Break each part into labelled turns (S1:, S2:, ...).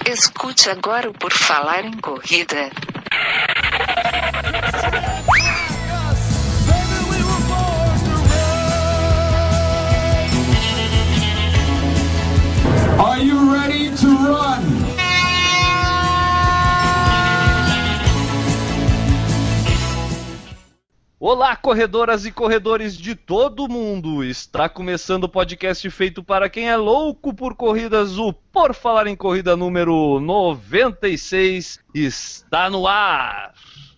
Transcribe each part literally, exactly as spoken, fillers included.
S1: Escute agora o Por Falar em Corrida.
S2: Are you ready to run?
S3: Olá, corredoras e corredores de todo mundo! Está começando o podcast feito para quem é louco por corridas, o Por Falar em Corrida número noventa e seis está no ar!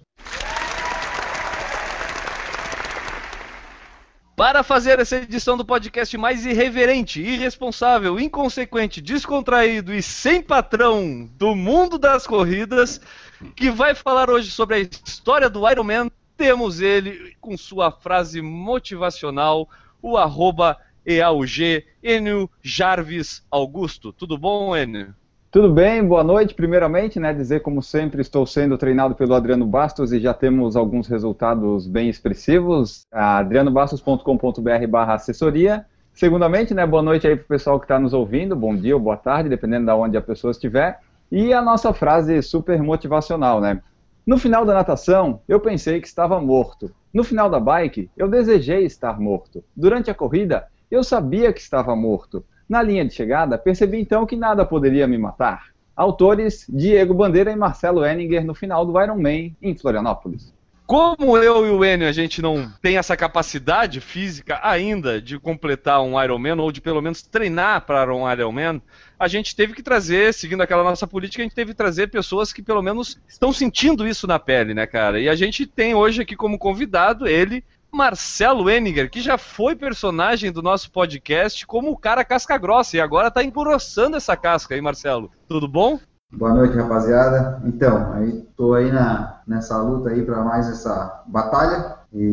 S3: Para fazer essa edição do podcast mais irreverente, irresponsável, inconsequente, descontraído e sem patrão do mundo das corridas, que vai falar hoje sobre a história do Ironman, temos ele com sua frase motivacional, o arroba E A U G, Enio Jarvis Augusto. Tudo bom, Enio?
S4: Tudo bem, boa noite. Primeiramente, né, dizer como sempre, estou sendo treinado pelo Adriano Bastos e já temos alguns resultados bem expressivos. adriano bastos ponto com ponto br barra assessoria. Segundamente, né, boa noite aí para o pessoal que está nos ouvindo, bom dia ou boa tarde, dependendo de onde a pessoa estiver. E a nossa frase super motivacional, né? No final da natação, eu pensei que estava morto. No final da bike, eu desejei estar morto. Durante a corrida, eu sabia que estava morto. Na linha de chegada, percebi então que nada poderia me matar. Autores, Diego Bandeira e Marcelo Henninger no final do Ironman em Florianópolis.
S3: Como eu e o Enio, a gente não tem essa capacidade física ainda de completar um Ironman, ou de pelo menos treinar para um Ironman, a gente teve que trazer, seguindo aquela nossa política, a gente teve que trazer pessoas que pelo menos estão sentindo isso na pele, né, cara? E a gente tem hoje aqui como convidado ele, Marcelo Henninger, que já foi personagem do nosso podcast como o cara casca grossa, e agora tá engrossando essa casca aí, Marcelo. Tudo bom?
S5: Boa noite, rapaziada. Então, aí tô aí na, nessa luta aí para mais essa batalha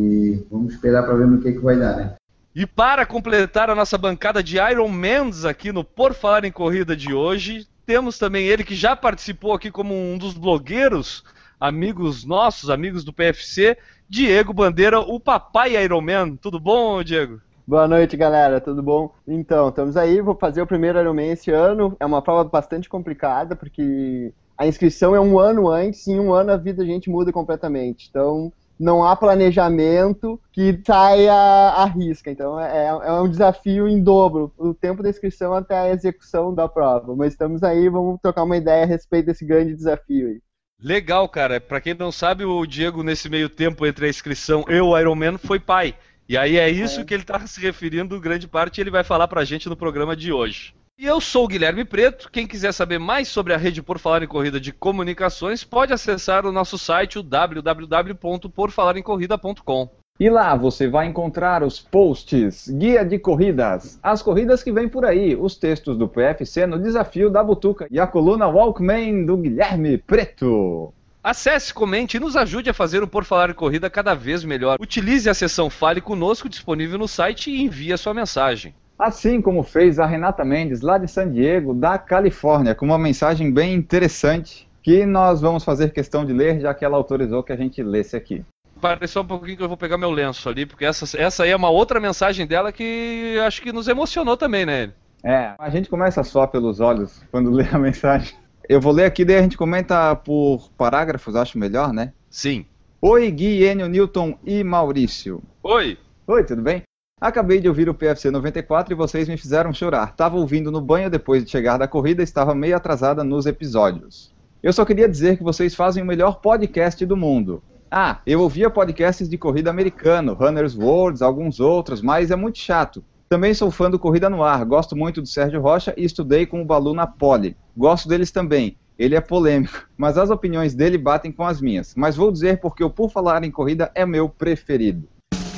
S5: e vamos esperar para ver no que que vai dar, né?
S3: E para completar a nossa bancada de Ironmans aqui no Por Falar em Corrida de hoje, temos também ele que já participou aqui como um dos blogueiros, amigos nossos, amigos do P F C, Diego Bandeira, o papai Ironman. Tudo bom, Diego?
S6: Boa noite, galera, tudo bom? Então, estamos aí, vou fazer o primeiro Ironman esse ano. É uma prova bastante complicada, porque a inscrição é um ano antes, e em um ano a vida da gente muda completamente. Então, não há planejamento que saia à risca. Então, é, é um desafio em dobro, o tempo da inscrição até a execução da prova. Mas estamos aí, vamos trocar uma ideia a respeito desse grande desafio aí.
S3: Legal, cara. Pra quem não sabe, o Diego, nesse meio tempo entre a inscrição e o Ironman, foi pai. E aí é isso é. que ele está se referindo, grande parte, e ele vai falar pra gente no programa de hoje. E eu sou o Guilherme Preto. Quem quiser saber mais sobre a rede Por Falar em Corrida de Comunicações, pode acessar o nosso site, o w w w ponto por falar em corrida ponto com.
S4: E lá você vai encontrar os posts, guia de corridas, as corridas que vêm por aí, os textos do P F C no desafio da Butuca e a coluna Walkman do Guilherme Preto.
S3: Acesse, comente e nos ajude a fazer o Por Falar em Corrida cada vez melhor. Utilize a seção Fale Conosco disponível no site e envie a sua mensagem.
S4: Assim como fez a Renata Mendes, lá de San Diego, da Califórnia, com uma mensagem bem interessante que nós vamos fazer questão de ler, já que ela autorizou que a gente lesse aqui.
S3: Para só um pouquinho que eu vou pegar meu lenço ali, porque essa, essa aí é uma outra mensagem dela que acho que nos emocionou também, né?
S4: É, a gente começa só pelos olhos quando lê a mensagem. Eu vou ler aqui, daí a gente comenta por parágrafos, acho melhor, né?
S3: Sim.
S4: Oi, Gui, Enio, Newton e Maurício.
S3: Oi.
S4: Oi, tudo bem? Acabei de ouvir o P F C noventa e quatro e vocês me fizeram chorar. Tava ouvindo no banho depois de chegar da corrida e estava meio atrasada nos episódios. Eu só queria dizer que vocês fazem o melhor podcast do mundo. Ah, eu ouvia podcasts de corrida americano, Runner's World, alguns outros, mas é muito chato. Também sou fã do Corrida no Ar, gosto muito do Sérgio Rocha e estudei com o Balu na Poli. Gosto deles também, ele é polêmico, mas as opiniões dele batem com as minhas. Mas vou dizer porque o Por Falar em Corrida é meu preferido.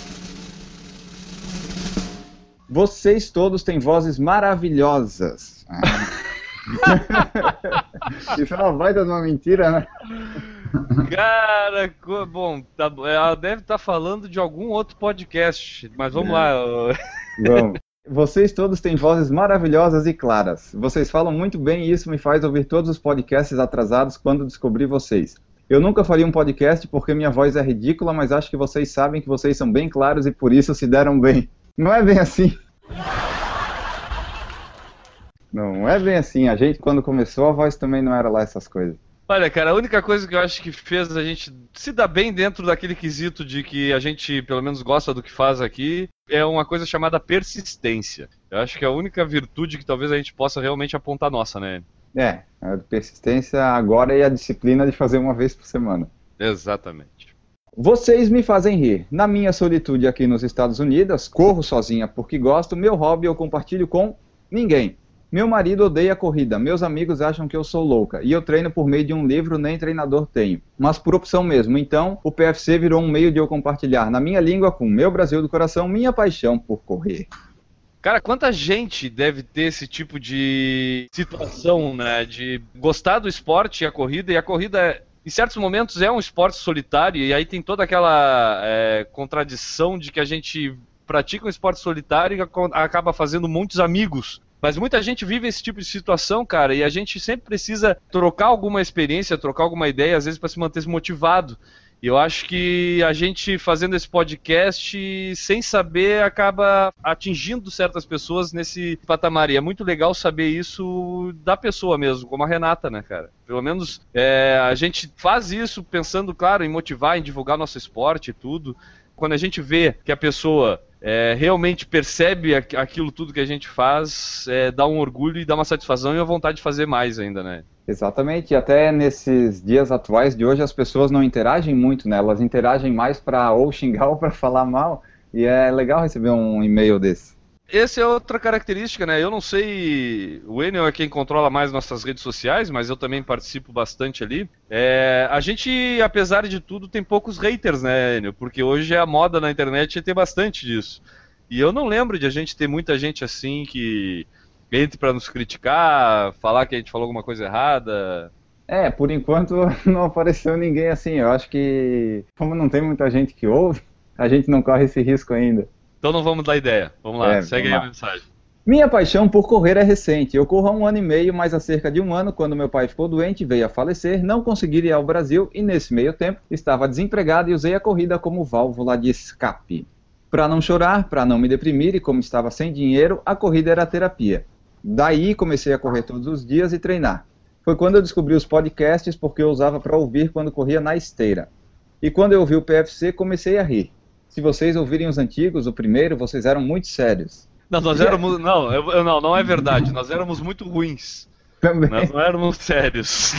S4: Vocês todos têm vozes maravilhosas. Isso é uma baita de uma mentira, né?
S3: Cara, bom, tá, ela deve estar falando de algum outro podcast, mas vamos é. lá.
S4: Vamos. Vocês todos têm vozes maravilhosas e claras. Vocês falam muito bem e isso me faz ouvir todos os podcasts atrasados quando descobri vocês. Eu nunca faria um podcast porque minha voz é ridícula, mas acho que vocês sabem que vocês são bem claros e por isso se deram bem. Não é bem assim. Não é bem assim. A gente, quando começou, a voz também não era lá essas coisas.
S3: Olha, cara, a única coisa que eu acho que fez a gente se dar bem dentro daquele quesito de que a gente, pelo menos, gosta do que faz aqui, é uma coisa chamada persistência. Eu acho que é a única virtude que talvez a gente possa realmente apontar nossa, né?
S4: É, a persistência agora é a disciplina de fazer uma vez por semana.
S3: Exatamente.
S4: Vocês me fazem rir. Na minha solitude aqui nos Estados Unidos, corro sozinha porque gosto, meu hobby eu compartilho com ninguém. Meu marido odeia corrida, meus amigos acham que eu sou louca, e eu treino por meio de um livro, nem treinador tenho, mas por opção mesmo. Então, o P F C virou um meio de eu compartilhar na minha língua, com meu Brasil do coração, minha paixão por correr.
S3: Cara, quanta gente deve ter esse tipo de situação, né, de gostar do esporte e a corrida, e a corrida, em certos momentos, é um esporte solitário, e aí tem toda aquela é, contradição de que a gente pratica um esporte solitário e acaba fazendo muitos amigos. Mas muita gente vive esse tipo de situação, cara, e a gente sempre precisa trocar alguma experiência, trocar alguma ideia, às vezes para se manter motivado. E eu acho que a gente fazendo esse podcast, sem saber, acaba atingindo certas pessoas nesse patamar. E é muito legal saber isso da pessoa mesmo, como a Renata, né, cara? Pelo menos é, a gente faz isso pensando, claro, em motivar, em divulgar nosso esporte e tudo. Quando a gente vê que a pessoa é, realmente percebe aquilo tudo que a gente faz, é, dá um orgulho e dá uma satisfação e uma vontade de fazer mais ainda, né?
S4: Exatamente, e até nesses dias atuais de hoje as pessoas não interagem muito, né? Elas interagem mais para ou xingar ou para falar mal, e é legal receber um e-mail desse.
S3: Essa é outra característica, né? Eu não sei, o Enel é quem controla mais nossas redes sociais, mas eu também participo bastante ali. É, a gente, apesar de tudo, tem poucos haters, né, Enel? Porque hoje a moda na internet é ter bastante disso. E eu não lembro de a gente ter muita gente assim que entre para nos criticar, falar que a gente falou alguma coisa errada.
S4: É, por enquanto não apareceu ninguém assim. Eu acho que, como não tem muita gente que ouve, a gente não corre esse risco ainda.
S3: Então não vamos dar ideia. Vamos lá,
S4: é,
S3: segue
S4: vamos
S3: aí
S4: lá.
S3: a mensagem.
S4: Minha paixão por correr é recente. Eu corro há um ano e meio, mas há cerca de um ano, quando meu pai ficou doente e veio a falecer, não consegui ir ao Brasil e nesse meio tempo estava desempregado e usei a corrida como válvula de escape. Para não chorar, para não me deprimir e como estava sem dinheiro, a corrida era a terapia. Daí comecei a correr todos os dias e treinar. Foi quando eu descobri os podcasts porque eu usava para ouvir quando corria na esteira. E quando eu ouvi o P F C, comecei a rir. Se vocês ouvirem os antigos, o primeiro, vocês eram muito sérios.
S3: Não, nós éramos... Não, eu, eu, não, não é verdade. Nós éramos muito ruins.
S4: Também.
S3: Nós não éramos sérios.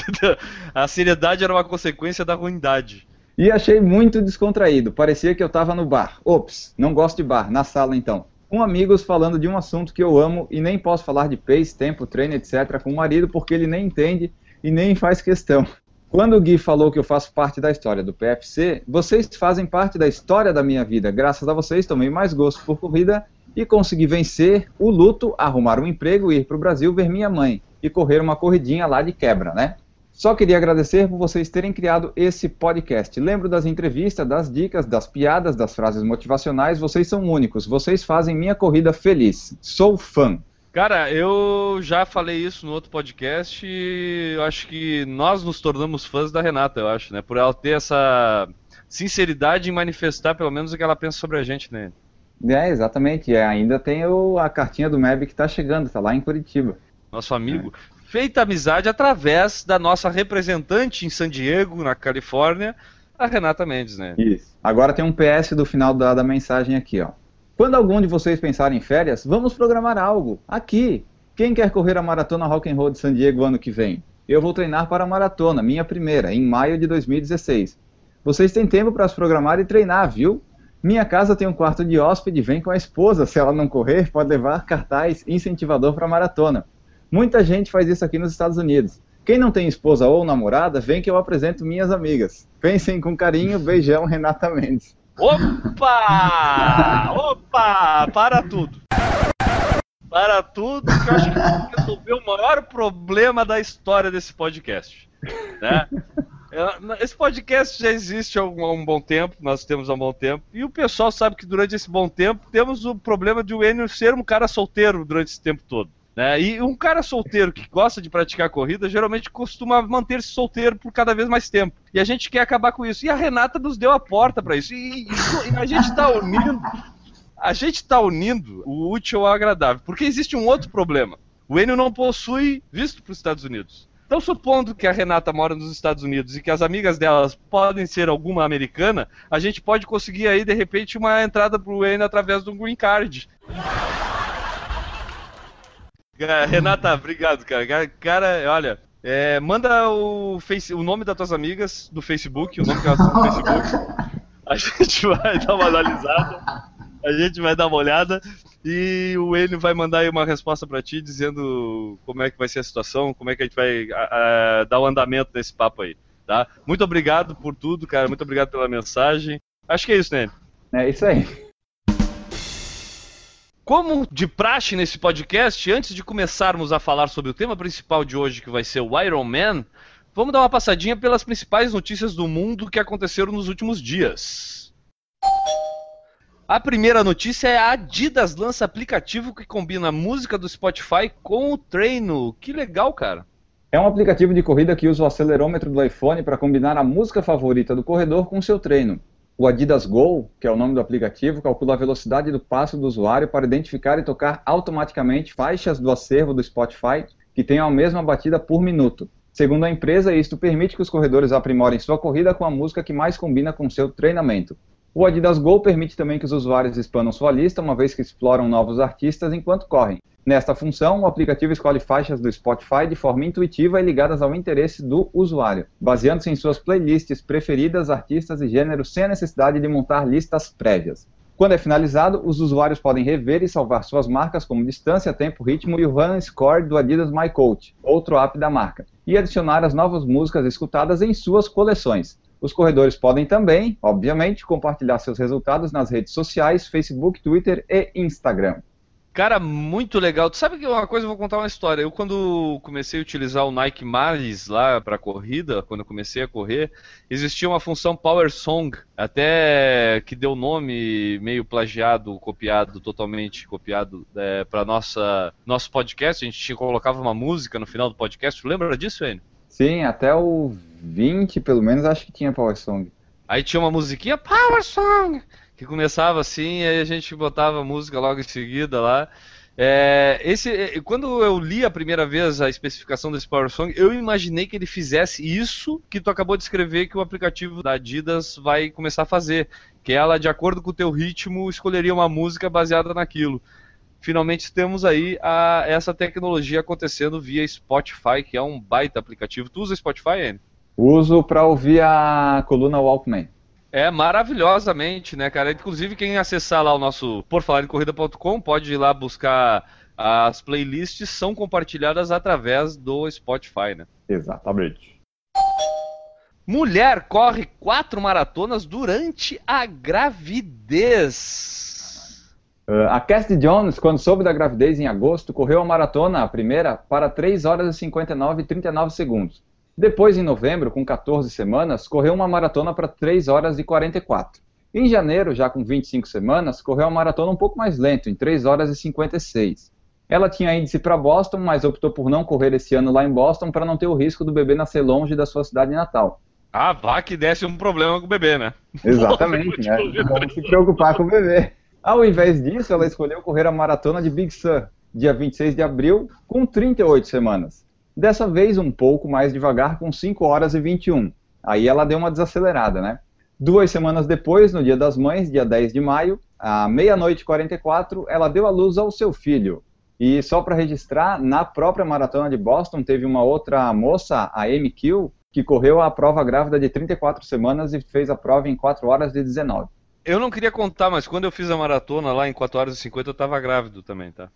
S3: A seriedade era uma consequência da ruindade.
S4: E achei muito descontraído. Parecia que eu estava no bar. Ops, não gosto de bar. Na sala, então. Com amigos falando de um assunto que eu amo e nem posso falar de pace, tempo, treino, etcétera com o marido porque ele nem entende e nem faz questão. Quando o Gui falou que eu faço parte da história do P F C, vocês fazem parte da história da minha vida. Graças a vocês tomei mais gosto por corrida e consegui vencer o luto, arrumar um emprego, ir para o Brasil ver minha mãe e correr uma corridinha lá de quebra, né? Só queria agradecer por vocês terem criado esse podcast. Lembro das entrevistas, das dicas, das piadas, das frases motivacionais. Vocês são únicos. Vocês fazem minha corrida feliz. Sou fã.
S3: Cara, eu já falei isso no outro podcast e eu acho que nós nos tornamos fãs da Renata, eu acho, né? Por ela ter essa sinceridade em manifestar pelo menos o que ela pensa sobre a gente, né?
S4: É, exatamente. E ainda tem o, a cartinha do M E B que está chegando, está lá em Curitiba.
S3: Nosso amigo. É. Feita amizade através da nossa representante em San Diego, na Califórnia, a Renata Mendes, né?
S4: Isso. Agora tem um P S do final da, da mensagem aqui, ó. Quando algum de vocês pensar em férias, vamos programar algo. Aqui. Quem quer correr a maratona Rock and Roll de San Diego ano que vem? Eu vou treinar para a maratona, minha primeira, em maio de dois mil e dezesseis. Vocês têm tempo para se programar e treinar, viu? Minha casa tem um quarto de hóspede, vem com a esposa. Se ela não correr, pode levar cartaz incentivador para a maratona. Muita gente faz isso aqui nos Estados Unidos. Quem não tem esposa ou namorada, vem que eu apresento minhas amigas. Pensem com carinho, beijão, Renata Mendes.
S3: Opa! Opa! Para tudo. Para tudo, que eu acho que vamos resolver o maior problema da história desse podcast. Né? Esse podcast já existe há um, há um bom tempo, nós temos há um bom tempo, e o pessoal sabe que durante esse bom tempo temos o problema de o Enio ser um cara solteiro durante esse tempo todo. Né? E um cara solteiro que gosta de praticar corrida, geralmente costuma manter-se solteiro por cada vez mais tempo. E a gente quer acabar com isso. E a Renata nos deu a porta para isso. E, e, e a gente está unindo, a gente está unindo o útil ao agradável. Porque existe um outro problema. o Enio não possui visto para os Estados Unidos. Então, supondo que a Renata mora nos Estados Unidos e que as amigas delas podem ser alguma americana, a gente pode conseguir aí, de repente, uma entrada pro Enio através de um green card. Renata, obrigado, cara. Cara, olha, é, manda o, face, o nome das tuas amigas do Facebook, o nome que elas estão no Facebook. A gente vai dar uma analisada, a gente vai dar uma olhada e o Enio vai mandar aí uma resposta pra ti dizendo como é que vai ser a situação, como é que a gente vai a, a, dar o andamento desse papo aí, tá? Muito obrigado por tudo, cara, muito obrigado pela mensagem. Acho que é isso, né?
S4: É isso aí.
S3: Como de praxe nesse podcast, antes de começarmos a falar sobre o tema principal de hoje, que vai ser o Iron Man, vamos dar uma passadinha pelas principais notícias do mundo que aconteceram nos últimos dias. A primeira notícia é a Adidas lança aplicativo que combina a música do Spotify com o treino. Que legal, cara.
S4: É um aplicativo de corrida que usa o acelerômetro do iPhone para combinar a música favorita do corredor com o seu treino. O Adidas Go, que é o nome do aplicativo, calcula a velocidade do passo do usuário para identificar e tocar automaticamente faixas do acervo do Spotify que tenham a mesma batida por minuto. Segundo a empresa, isto permite que os corredores aprimorem sua corrida com a música que mais combina com seu treinamento. O Adidas Go permite também que os usuários expandam sua lista, uma vez que exploram novos artistas enquanto correm. Nesta função, o aplicativo escolhe faixas do Spotify de forma intuitiva e ligadas ao interesse do usuário, baseando-se em suas playlists preferidas, artistas e gêneros, sem a necessidade de montar listas prévias. Quando é finalizado, os usuários podem rever e salvar suas marcas como distância, tempo, ritmo e o Run Score do Adidas My Coach, outro app da marca, e adicionar as novas músicas escutadas em suas coleções. Os corredores podem também, obviamente, compartilhar seus resultados nas redes sociais, Facebook, Twitter e Instagram.
S3: Cara, muito legal. Tu sabe que uma coisa, eu vou contar uma história. Eu, quando comecei a utilizar o Nike Miles lá para corrida, quando eu comecei a correr, existia uma função Power Song, até que deu nome meio plagiado, copiado, totalmente copiado é, para nossa nosso podcast. A gente tinha, colocava uma música no final do podcast. Tu lembra disso, Enio?
S4: Sim, até o vinte, pelo menos, acho que tinha Power Song.
S3: Aí tinha uma musiquinha, Power Song, que começava assim, e aí a gente botava a música logo em seguida lá. É, esse, quando eu li a primeira vez a especificação desse Power Song, eu imaginei que ele fizesse isso que tu acabou de escrever, que o aplicativo da Adidas vai começar a fazer, que ela, de acordo com o teu ritmo, escolheria uma música baseada naquilo. Finalmente temos aí a, essa tecnologia acontecendo via Spotify, que é um baita aplicativo. Tu usa Spotify, Enio?
S4: Uso para ouvir a coluna Walkman.
S3: É, maravilhosamente, né, cara? Inclusive, quem acessar lá o nosso por falar em corrida ponto com pode ir lá buscar as playlists, são compartilhadas através do Spotify, né?
S4: Exatamente.
S3: Mulher corre quatro maratonas durante a gravidez.
S4: Uh, a Cassidy Jones, quando soube da gravidez em agosto, correu a maratona, a primeira, para três horas e cinquenta e nove e trinta e nove segundos. Depois, em novembro, com quatorze semanas, correu uma maratona para três horas e quarenta e quatro. Em janeiro, já com vinte e cinco semanas, correu uma maratona um pouco mais lento, em três horas e cinquenta e seis. Ela tinha índice para Boston, mas optou por não correr esse ano lá em Boston para não ter o risco do bebê nascer longe da sua cidade natal.
S3: Ah, vá que desse um problema com o bebê, né?
S4: Exatamente, né? Vamos se preocupar com o bebê. Ao invés disso, ela escolheu correr a maratona de Big Sur, dia vinte e seis de abril, com trinta e oito semanas. Dessa vez, um pouco mais devagar, com cinco horas e vinte e um. Aí ela deu uma desacelerada, né? Duas semanas depois, no Dia das Mães, dia dez de maio, à meia-noite e quarenta e quatro, ela deu à luz ao seu filho. E só para registrar, na própria maratona de Boston, teve uma outra moça, a Amy Kill, que correu a prova grávida de trinta e quatro semanas e fez a prova em quatro horas e dezenove.
S3: Eu não queria contar, mas quando eu fiz a maratona lá em quatro horas e cinquenta, eu tava grávido também, tá?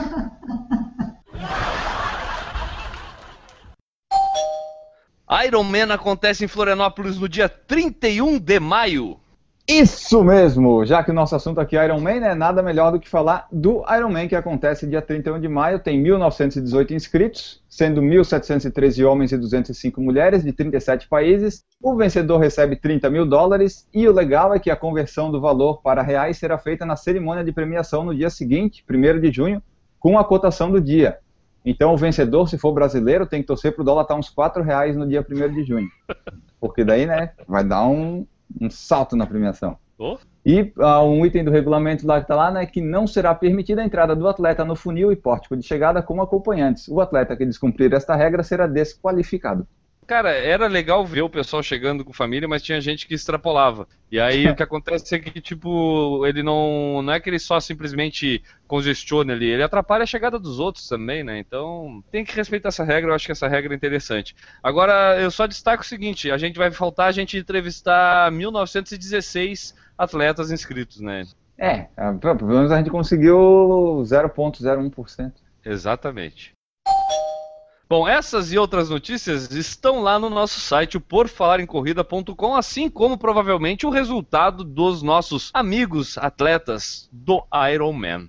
S3: Iron Man acontece em Florianópolis no dia trinta e um de maio.
S4: Isso mesmo! Já que o nosso assunto aqui é Iron Man, né, nada melhor do que falar do Iron Man, que acontece dia trinta e um de maio, tem mil novecentos e dezoito inscritos, sendo mil setecentos e treze homens e duzentos e cinco mulheres de trinta e sete países. O vencedor recebe trinta mil dólares e o legal é que a conversão do valor para reais será feita na cerimônia de premiação no dia seguinte, primeiro de junho, com a cotação do dia. Então o vencedor, se for brasileiro, tem que torcer para o dólar estar uns quatro reais no dia primeiro de junho. Porque daí, né, vai dar um... um salto na premiação.
S3: Oh.
S4: E uh, um item do regulamento lá que está lá, né, que não será permitida a entrada do atleta no funil e pórtico de chegada como acompanhantes. O atleta que descumprir esta regra será desqualificado.
S3: Cara, era legal ver o pessoal chegando com família, mas tinha gente que extrapolava. E aí o que acontece é que, tipo, ele não... Não é que ele só simplesmente congestiona ali, ele atrapalha a chegada dos outros também, né? Então, tem que respeitar essa regra, eu acho que essa regra é interessante. Agora, eu só destaco o seguinte, a gente vai faltar a gente entrevistar mil novecentos e dezesseis atletas inscritos, né?
S4: É, pelo menos a gente conseguiu zero vírgula zero um por cento.
S3: Exatamente. Bom, essas e outras notícias estão lá no nosso site, o por falar em corrida ponto com, assim como provavelmente o resultado dos nossos amigos atletas do Ironman.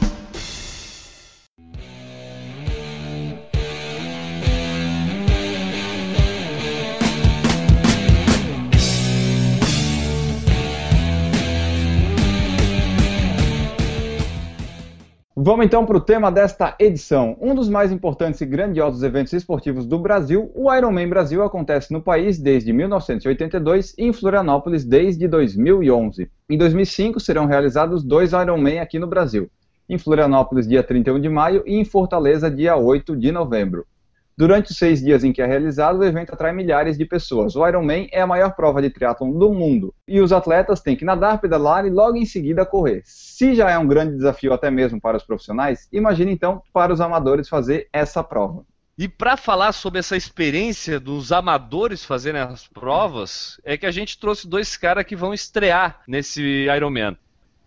S4: Vamos então para o tema desta edição. Um dos mais importantes e grandiosos eventos esportivos do Brasil, o Ironman Brasil, acontece no país desde mil novecentos e oitenta e dois e em Florianópolis desde dois mil e onze. Em dois mil e cinco serão realizados dois Ironman aqui no Brasil, em Florianópolis dia trinta e um de maio e em Fortaleza dia oito de novembro. Durante os seis dias em que é realizado, o evento atrai milhares de pessoas. O Ironman é a maior prova de triatlon do mundo. E os atletas têm que nadar, pedalar e logo em seguida correr. Se já é um grande desafio até mesmo para os profissionais, imagine então para os amadores fazer essa prova.
S3: E para falar sobre essa experiência dos amadores fazerem as provas, é que a gente trouxe dois caras que vão estrear nesse Ironman.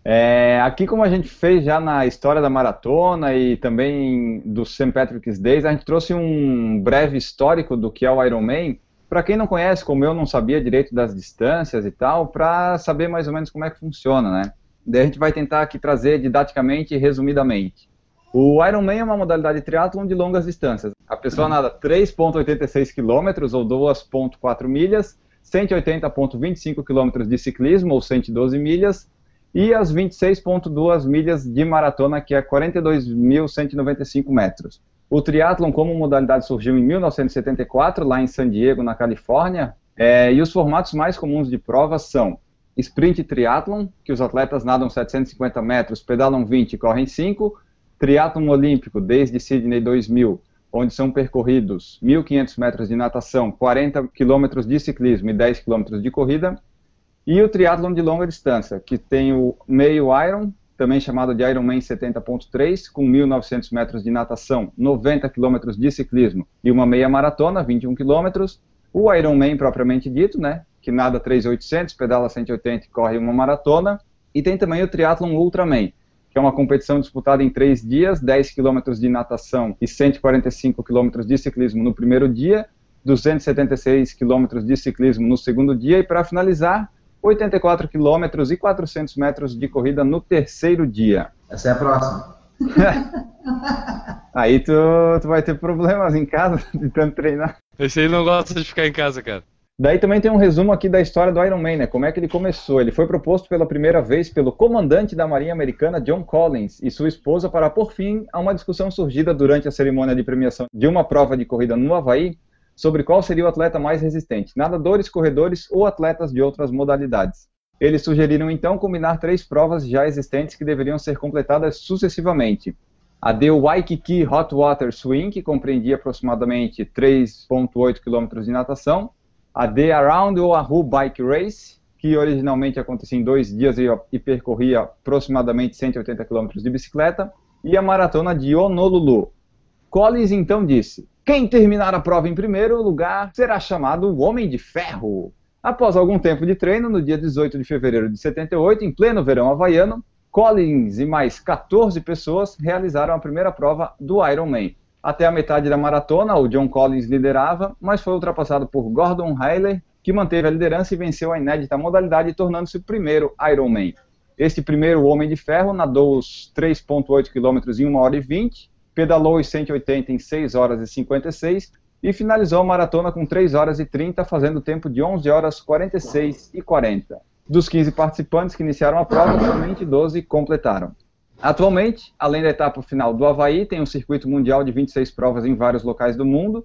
S4: É, aqui, como a gente fez já na história da maratona e também do Saint Patrick's Day, a gente trouxe um breve histórico do que é o Ironman. Para quem não conhece, como eu não sabia direito das distâncias e tal, para saber mais ou menos como é que funciona, né? Daí a gente vai tentar aqui trazer didaticamente e resumidamente. O Ironman é uma modalidade de triatlon de longas distâncias. A pessoa nada três vírgula oitenta e seis quilômetros ou dois vírgula quatro milhas, cento e oitenta vírgula vinte e cinco quilômetros de ciclismo ou cento e doze milhas, e as vinte e seis vírgula dois milhas de maratona, que é quarenta e dois mil cento e noventa e cinco metros. O triatlon como modalidade surgiu em mil novecentos e setenta e quatro, lá em San Diego, na Califórnia, é, e os formatos mais comuns de provas são sprint triatlon, que os atletas nadam setecentos e cinquenta metros, pedalam vinte e correm cinco, triatlon olímpico, desde Sydney dois mil, onde são percorridos mil e quinhentos metros de natação, quarenta quilômetros de ciclismo e dez quilômetros de corrida, e o triatlon de longa distância, que tem o meio Iron, também chamado de Ironman setenta ponto três, com mil e novecentos metros de natação, noventa quilômetros de ciclismo e uma meia maratona, vinte e um quilômetros. O Ironman propriamente dito, né, que nada três mil e oitocentos, pedala cento e oitenta e corre uma maratona. E tem também o triatlon Ultraman, que é uma competição disputada em três dias, dez quilômetros de natação e cento e quarenta e cinco quilômetros de ciclismo no primeiro dia, duzentos e setenta e seis quilômetros de ciclismo no segundo dia e, para finalizar, oitenta e quatro quilômetros e quatrocentos metros de corrida no terceiro dia.
S5: Essa é a próxima.
S4: Aí tu, tu vai ter problemas em casa de tanto treinar.
S3: Esse aí não gosta de ficar em casa, cara.
S4: Daí também tem um resumo aqui da história do Ironman, né? Como é que ele começou. Ele foi proposto pela primeira vez pelo comandante da Marinha Americana, John Collins, e sua esposa para pôr fim a uma discussão surgida durante a cerimônia de premiação de uma prova de corrida no Havaí, sobre qual seria o atleta mais resistente, nadadores, corredores ou atletas de outras modalidades. Eles sugeriram então combinar três provas já existentes que deveriam ser completadas sucessivamente. A The Waikiki Hot Water Swim, que compreendia aproximadamente três vírgula oito quilômetros de natação, a The Around Oahu Bike Race, que originalmente acontecia em dois dias e, e percorria aproximadamente cento e oitenta quilômetros de bicicleta, e a maratona de Honolulu. Collins então disse: quem terminar a prova em primeiro lugar será chamado o Homem de Ferro. Após algum tempo de treino, no dia dezoito de fevereiro de setenta e oito, em pleno verão havaiano, Collins e mais quatorze pessoas realizaram a primeira prova do Ironman. Até a metade da maratona, o John Collins liderava, mas foi ultrapassado por Gordon Hayley, que manteve a liderança e venceu a inédita modalidade, tornando-se o primeiro Ironman. Este primeiro Homem de Ferro nadou os três vírgula oito quilômetros em uma hora e vinte, pedalou os cento e oitenta em seis horas e cinquenta e seis e finalizou a maratona com três horas e trinta, fazendo tempo de onze horas quarenta e seis e quarenta. Dos quinze participantes que iniciaram a prova, somente doze completaram. Atualmente, além da etapa final do Havaí, tem um circuito mundial de vinte e seis provas em vários locais do mundo.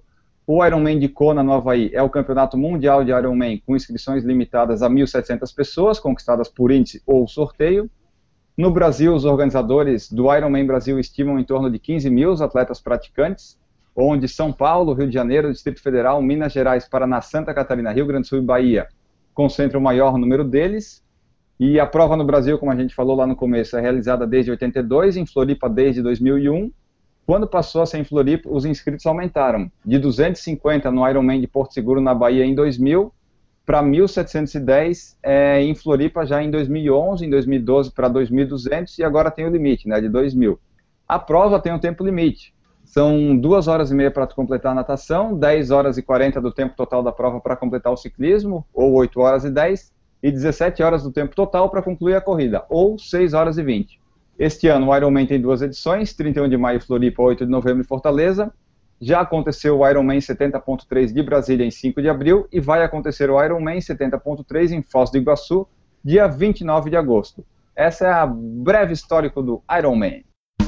S4: O Ironman de Kona, no Havaí, é o campeonato mundial de Ironman com inscrições limitadas a mil e setecentas pessoas, conquistadas por índice ou sorteio. No Brasil, os organizadores do Ironman Brasil estimam em torno de quinze mil os atletas praticantes, onde São Paulo, Rio de Janeiro, Distrito Federal, Minas Gerais, Paraná, Santa Catarina, Rio Grande do Sul e Bahia concentram o maior número deles. E a prova no Brasil, como a gente falou lá no começo, é realizada desde oitenta e dois, em Floripa desde dois mil e um. Quando passou a ser em Floripa, os inscritos aumentaram de duzentos e cinquenta no Ironman de Porto Seguro, na Bahia, em dois mil, para mil setecentos e dez é, em Floripa já em dois mil e onze, em dois mil e doze para dois mil e duzentos, e agora tem o limite, né, de dois mil. A prova tem um tempo limite. São duas horas e meia para completar a natação, dez horas e quarenta do tempo total da prova para completar o ciclismo, ou oito horas e dez, e dezessete horas do tempo total para concluir a corrida, ou seis horas e vinte. Este ano o Ironman tem duas edições, trinta e um de maio em Floripa, oito de novembro em Fortaleza. Já aconteceu o Ironman setenta ponto três de Brasília em cinco de abril e vai acontecer o Ironman setenta ponto três em Foz do Iguaçu, dia vinte e nove de agosto. Essa é a breve histórico do Ironman.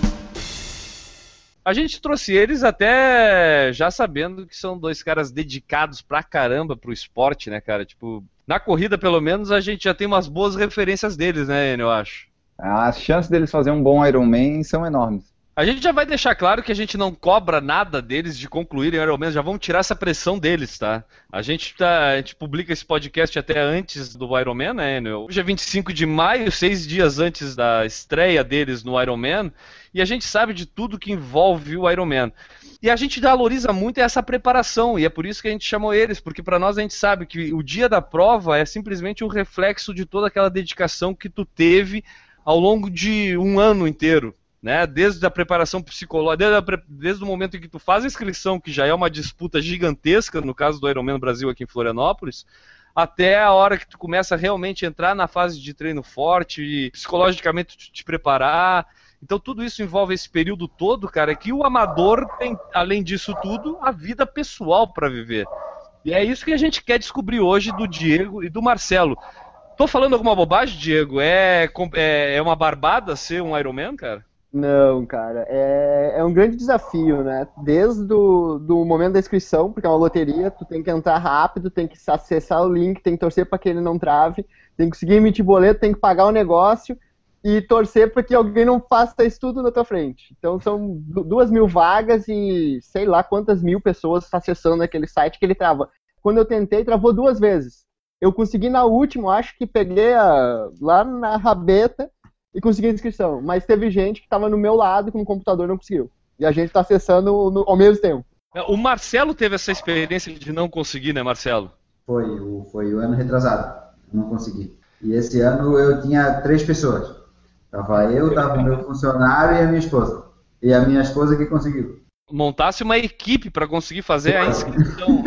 S3: A gente trouxe eles até já sabendo que são dois caras dedicados pra caramba pro esporte, né, cara? Tipo, na corrida, pelo menos, a gente já tem umas boas referências deles, né, Enio, eu acho.
S4: As chances deles fazerem um bom Ironman são enormes.
S3: A gente já vai deixar claro que a gente não cobra nada deles de concluírem o Ironman, já vamos tirar essa pressão deles, tá? A gente, tá, a gente publica esse podcast até antes do Ironman, né, Enio? Hoje é vinte e cinco de maio, seis dias antes da estreia deles no Ironman, e a gente sabe de tudo que envolve o Ironman. E a gente valoriza muito essa preparação, e é por isso que a gente chamou eles, porque para nós a gente sabe que o dia da prova é simplesmente um reflexo de toda aquela dedicação que tu teve ao longo de um ano inteiro, né? Desde a preparação psicológica, desde, a, desde o momento em que tu faz a inscrição, que já é uma disputa gigantesca, no caso do Ironman Brasil aqui em Florianópolis, até a hora que tu começa a realmente entrar na fase de treino forte, e psicologicamente te, te preparar. Então tudo isso envolve esse período todo, cara, que o amador tem, além disso tudo, a vida pessoal para viver. E é isso que a gente quer descobrir hoje do Diego e do Marcelo. Tô falando alguma bobagem, Diego? É, é, é uma barbada ser um Ironman, cara?
S6: Não, cara. É, é um grande desafio, né? Desde o do momento da inscrição, porque é uma loteria, tu tem que entrar rápido, tem que acessar o link, tem que torcer para que ele não trave, tem que conseguir emitir boleto, tem que pagar o negócio e torcer para que alguém não faça isso tudo na tua frente. Então são duas mil vagas e sei lá quantas mil pessoas acessando aquele site que ele trava. Quando eu tentei, travou duas vezes. Eu consegui na última, acho que peguei a, lá na rabeta e consegui a inscrição. Mas teve gente que estava no meu lado e com o computador não conseguiu. E a gente está acessando no, ao mesmo tempo.
S3: O Marcelo teve essa experiência de não conseguir, né, Marcelo?
S5: Foi, o, foi o ano retrasado. Eu não consegui. E esse ano eu tinha três pessoas. Tava eu, tava o meu funcionário e a minha esposa. E a minha esposa que conseguiu.
S3: Montasse uma equipe para conseguir fazer a inscrição.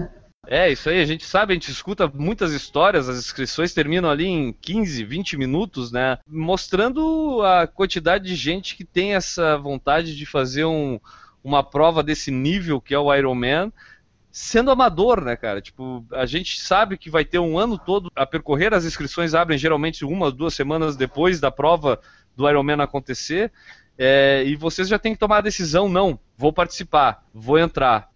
S3: É, isso aí, a gente sabe, a gente escuta muitas histórias, as inscrições terminam ali em quinze, vinte minutos, né? Mostrando a quantidade de gente que tem essa vontade de fazer um, uma prova desse nível que é o Ironman, sendo amador, né, cara? Tipo, a gente sabe que vai ter um ano todo a percorrer, as inscrições abrem geralmente uma, duas semanas depois da prova do Ironman acontecer, é, e vocês já têm que tomar a decisão, não, vou participar, vou entrar.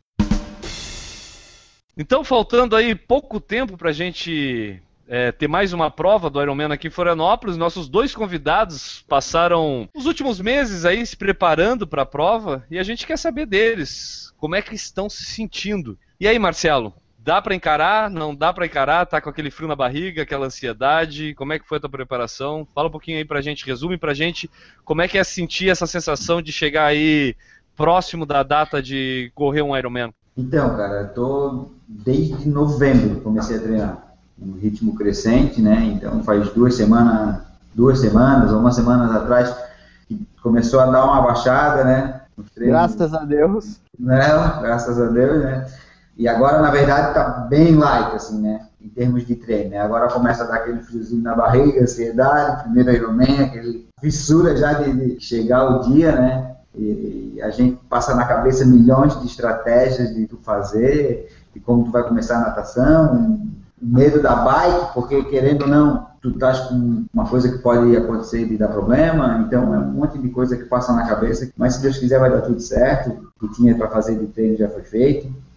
S3: Então, faltando aí pouco tempo para a gente é, ter mais uma prova do Ironman aqui em Florianópolis, nossos dois convidados passaram os últimos meses aí se preparando para a prova e a gente quer saber deles, como é que estão se sentindo. E aí, Marcelo, dá para encarar? Não dá para encarar? Tá com aquele frio na barriga, aquela ansiedade? Como é que foi a tua preparação? Fala um pouquinho aí pra gente, resume pra gente como é que é sentir essa sensação de chegar aí próximo da data de correr um Ironman.
S5: Então, cara, eu tô desde novembro comecei a treinar, um ritmo crescente, né? Então faz duas semanas, duas semanas ou uma semana atrás que começou a dar uma baixada, né?
S6: Graças a Deus.
S5: Não, graças a Deus, né? E agora, na verdade, tá bem light, assim, né? Em termos de treino, né? Agora começa a dar aquele friozinho na barriga, ansiedade, primeiro Ironman, aquele fissura já de, de chegar o dia, né? E a gente passa na cabeça milhões de estratégias de tu fazer, de como tu vai começar a natação, medo da bike, porque querendo ou não, tu estás com uma coisa que pode acontecer de dar problema, então é um monte de coisa que passa na cabeça, mas se Deus quiser vai dar tudo certo, o que tinha para fazer de treino já foi feito,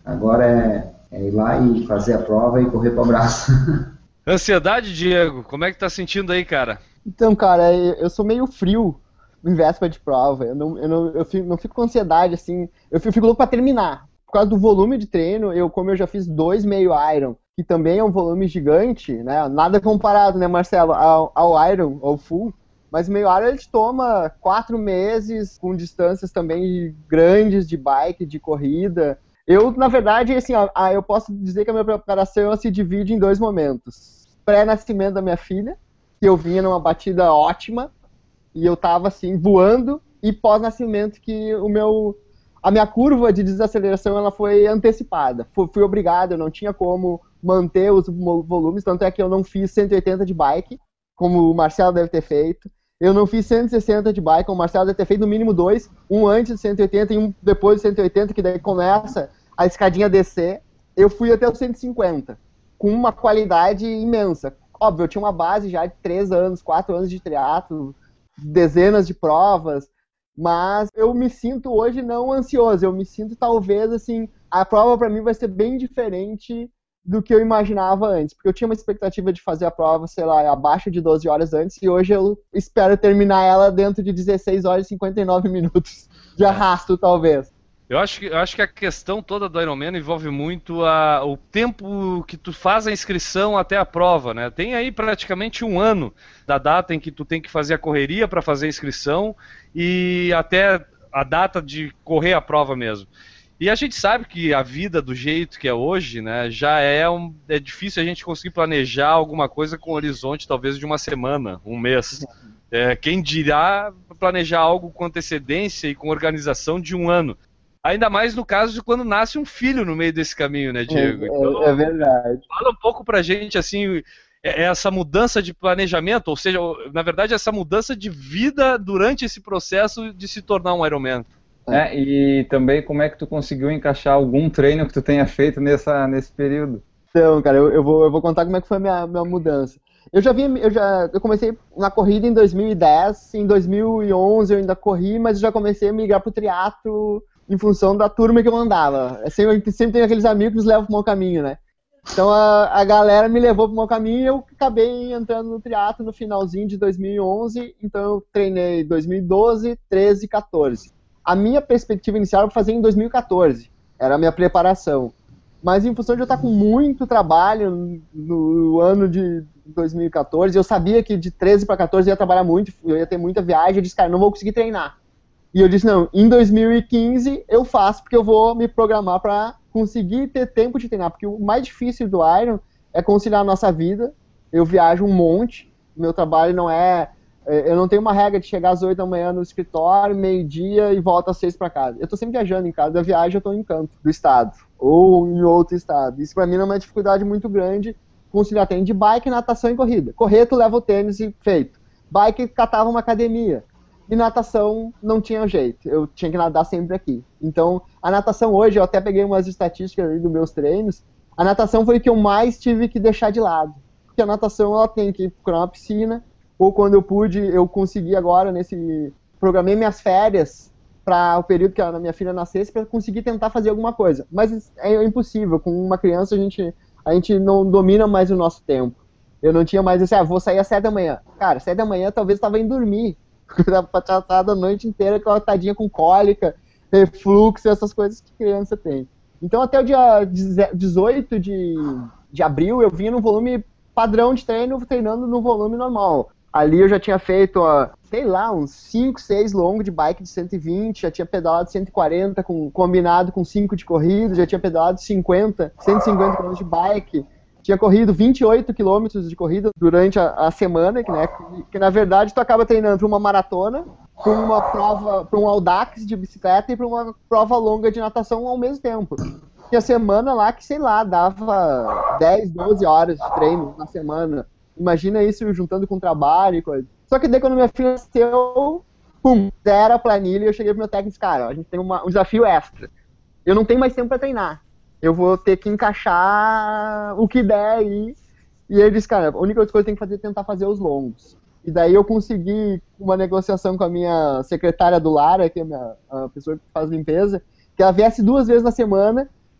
S5: Agora é, é ir lá e fazer a prova e correr para o abraço.
S3: Ansiedade, Diego, como é que tá sentindo aí, cara?
S6: Então, cara, eu sou meio frio em véspera de prova. Eu não, eu não, eu fico, não fico com ansiedade, assim. Eu fico, fico louco pra terminar. Por causa do volume de treino, eu, como eu já fiz dois meio Iron, que também é um volume gigante, né? Nada comparado, né, Marcelo, ao, ao Iron, ao Full. Mas o meio Iron, ele toma quatro meses, com distâncias também grandes de bike, de corrida. Eu, na verdade, assim, ó, eu posso dizer que a minha preparação se divide em dois momentos. Pré-nascimento da minha filha, que eu vinha numa batida ótima, e eu tava, assim, voando, e pós-nascimento que o meu... A minha curva de desaceleração, ela foi antecipada. Fui, fui obrigado, eu não tinha como manter os volumes, tanto é que eu não fiz cento e oitenta de bike, como o Marcelo deve ter feito. Eu não fiz cento e sessenta de bike, como o Marcelo deve ter feito no mínimo dois, um antes de cento e oitenta e um depois de cento e oitenta, que daí começa a escadinha a descer. Eu fui até os cento e cinquenta, com uma qualidade imensa. Óbvio, eu tinha uma base já de três anos, quatro anos de triatlo, dezenas de provas, mas eu me sinto hoje não ansioso, eu me sinto talvez, assim, a prova para mim vai ser bem diferente do que eu imaginava antes, porque eu tinha uma expectativa de fazer a prova, sei lá, abaixo de doze horas antes, e hoje eu espero terminar ela dentro de dezesseis horas e cinquenta e nove minutos de arrasto, talvez.
S3: Eu acho, que, eu acho que a questão toda do Ironman envolve muito a, o tempo que tu faz a inscrição até a prova, né? Tem aí praticamente um ano da data em que tu tem que fazer a correria para fazer a inscrição e até a data de correr a prova mesmo. E a gente sabe que a vida do jeito que é hoje, né, já é, um, é difícil a gente conseguir planejar alguma coisa com horizonte talvez de uma semana, um mês. É, quem dirá planejar algo com antecedência e com organização de um ano. Ainda mais no caso de quando nasce um filho no meio desse caminho, né, Diego?
S6: É,
S3: então,
S6: é verdade.
S3: Fala um pouco pra gente, assim, essa mudança de planejamento, ou seja, na verdade, essa mudança de vida durante esse processo de se tornar um Ironman.
S4: É, e também como é que tu conseguiu encaixar algum treino que tu tenha feito nessa, nesse período?
S6: Então, cara, eu, eu, vou, eu vou contar como é que foi a minha, minha mudança. Eu já vinha, eu já eu comecei na corrida em dois mil e dez, em dois mil e onze eu ainda corri, mas eu já comecei a migrar pro triatlo em função da turma que eu andava. Eu sempre, sempre tem aqueles amigos que nos levam pro mau caminho, né? Então a, a galera me levou pro mau caminho e eu acabei entrando no triatlo no finalzinho de dois mil e onze, então eu treinei dois mil e doze, treze e quatorze. A minha perspectiva inicial era fazer em dois mil e quatorze, era a minha preparação. Mas em função de eu estar com muito trabalho no ano de dois mil e quatorze, eu sabia que de treze para quatorze eu ia trabalhar muito, eu ia ter muita viagem, eu disse, cara, não vou conseguir treinar. E eu disse, não, em dois mil e quinze eu faço, porque eu vou me programar para conseguir ter tempo de treinar, porque o mais difícil do Iron é conciliar a nossa vida. Eu viajo um monte, meu trabalho não é... Eu não tenho uma regra de chegar às oito da manhã no escritório, meio-dia e volto às seis para casa. Eu tô sempre viajando em casa, eu viajo, eu tô em canto do estado, ou em outro estado. Isso para mim é uma dificuldade muito grande, conciliar treino de bike, natação e corrida. Correr, tu leva o tênis e feito. Bike, catava uma academia. E natação não tinha jeito, eu tinha que nadar sempre aqui. Então, a natação hoje, eu até peguei umas estatísticas aí dos meus treinos, a natação foi o que eu mais tive que deixar de lado. Porque a natação, ela tem que procurar uma piscina, ou quando eu pude, eu consegui agora, nesse... Programei minhas férias para o período que a minha filha nascesse, para conseguir tentar fazer alguma coisa. Mas é impossível, com uma criança a gente, a gente não domina mais o nosso tempo. Eu não tinha mais esse, ah, vou sair às sete da manhã. Cara, sete da manhã talvez eu estava indo dormir. Eu estava tratado a noite inteira com a tadinha com cólica, refluxo, essas coisas que criança tem. Então até o dia dezoito de, de abril eu vinha no volume padrão de treino, treinando no volume normal. Ali eu já tinha feito, sei lá, uns cinco, seis longos de bike de cento e vinte, já tinha pedalado cento e quarenta, com, combinado com cinco de corrida, já tinha pedalado cinquenta, cento e cinquenta quilômetros de bike, tinha corrido vinte e oito quilômetros de corrida durante a, a semana, que, né, que, que na verdade tu acaba treinando para uma maratona, para uma prova, para um Audax de bicicleta e para uma prova longa de natação ao mesmo tempo. Tinha semana lá que, sei lá, dava dez, doze horas de treino na semana. Imagina isso juntando com trabalho e coisa. Só que daí quando minha filha nasceu, pum, zero a planilha e eu cheguei pro meu técnico e disse, cara, a gente tem uma, um desafio extra. Eu não tenho mais tempo para treinar. Eu vou ter que encaixar o que der aí. E ele disse, cara, a única coisa que eu tenho que fazer é tentar fazer os longos. E daí eu consegui uma negociação com a minha secretária do lar, que é a, minha, a pessoa que faz limpeza, que ela viesse duas vezes na semana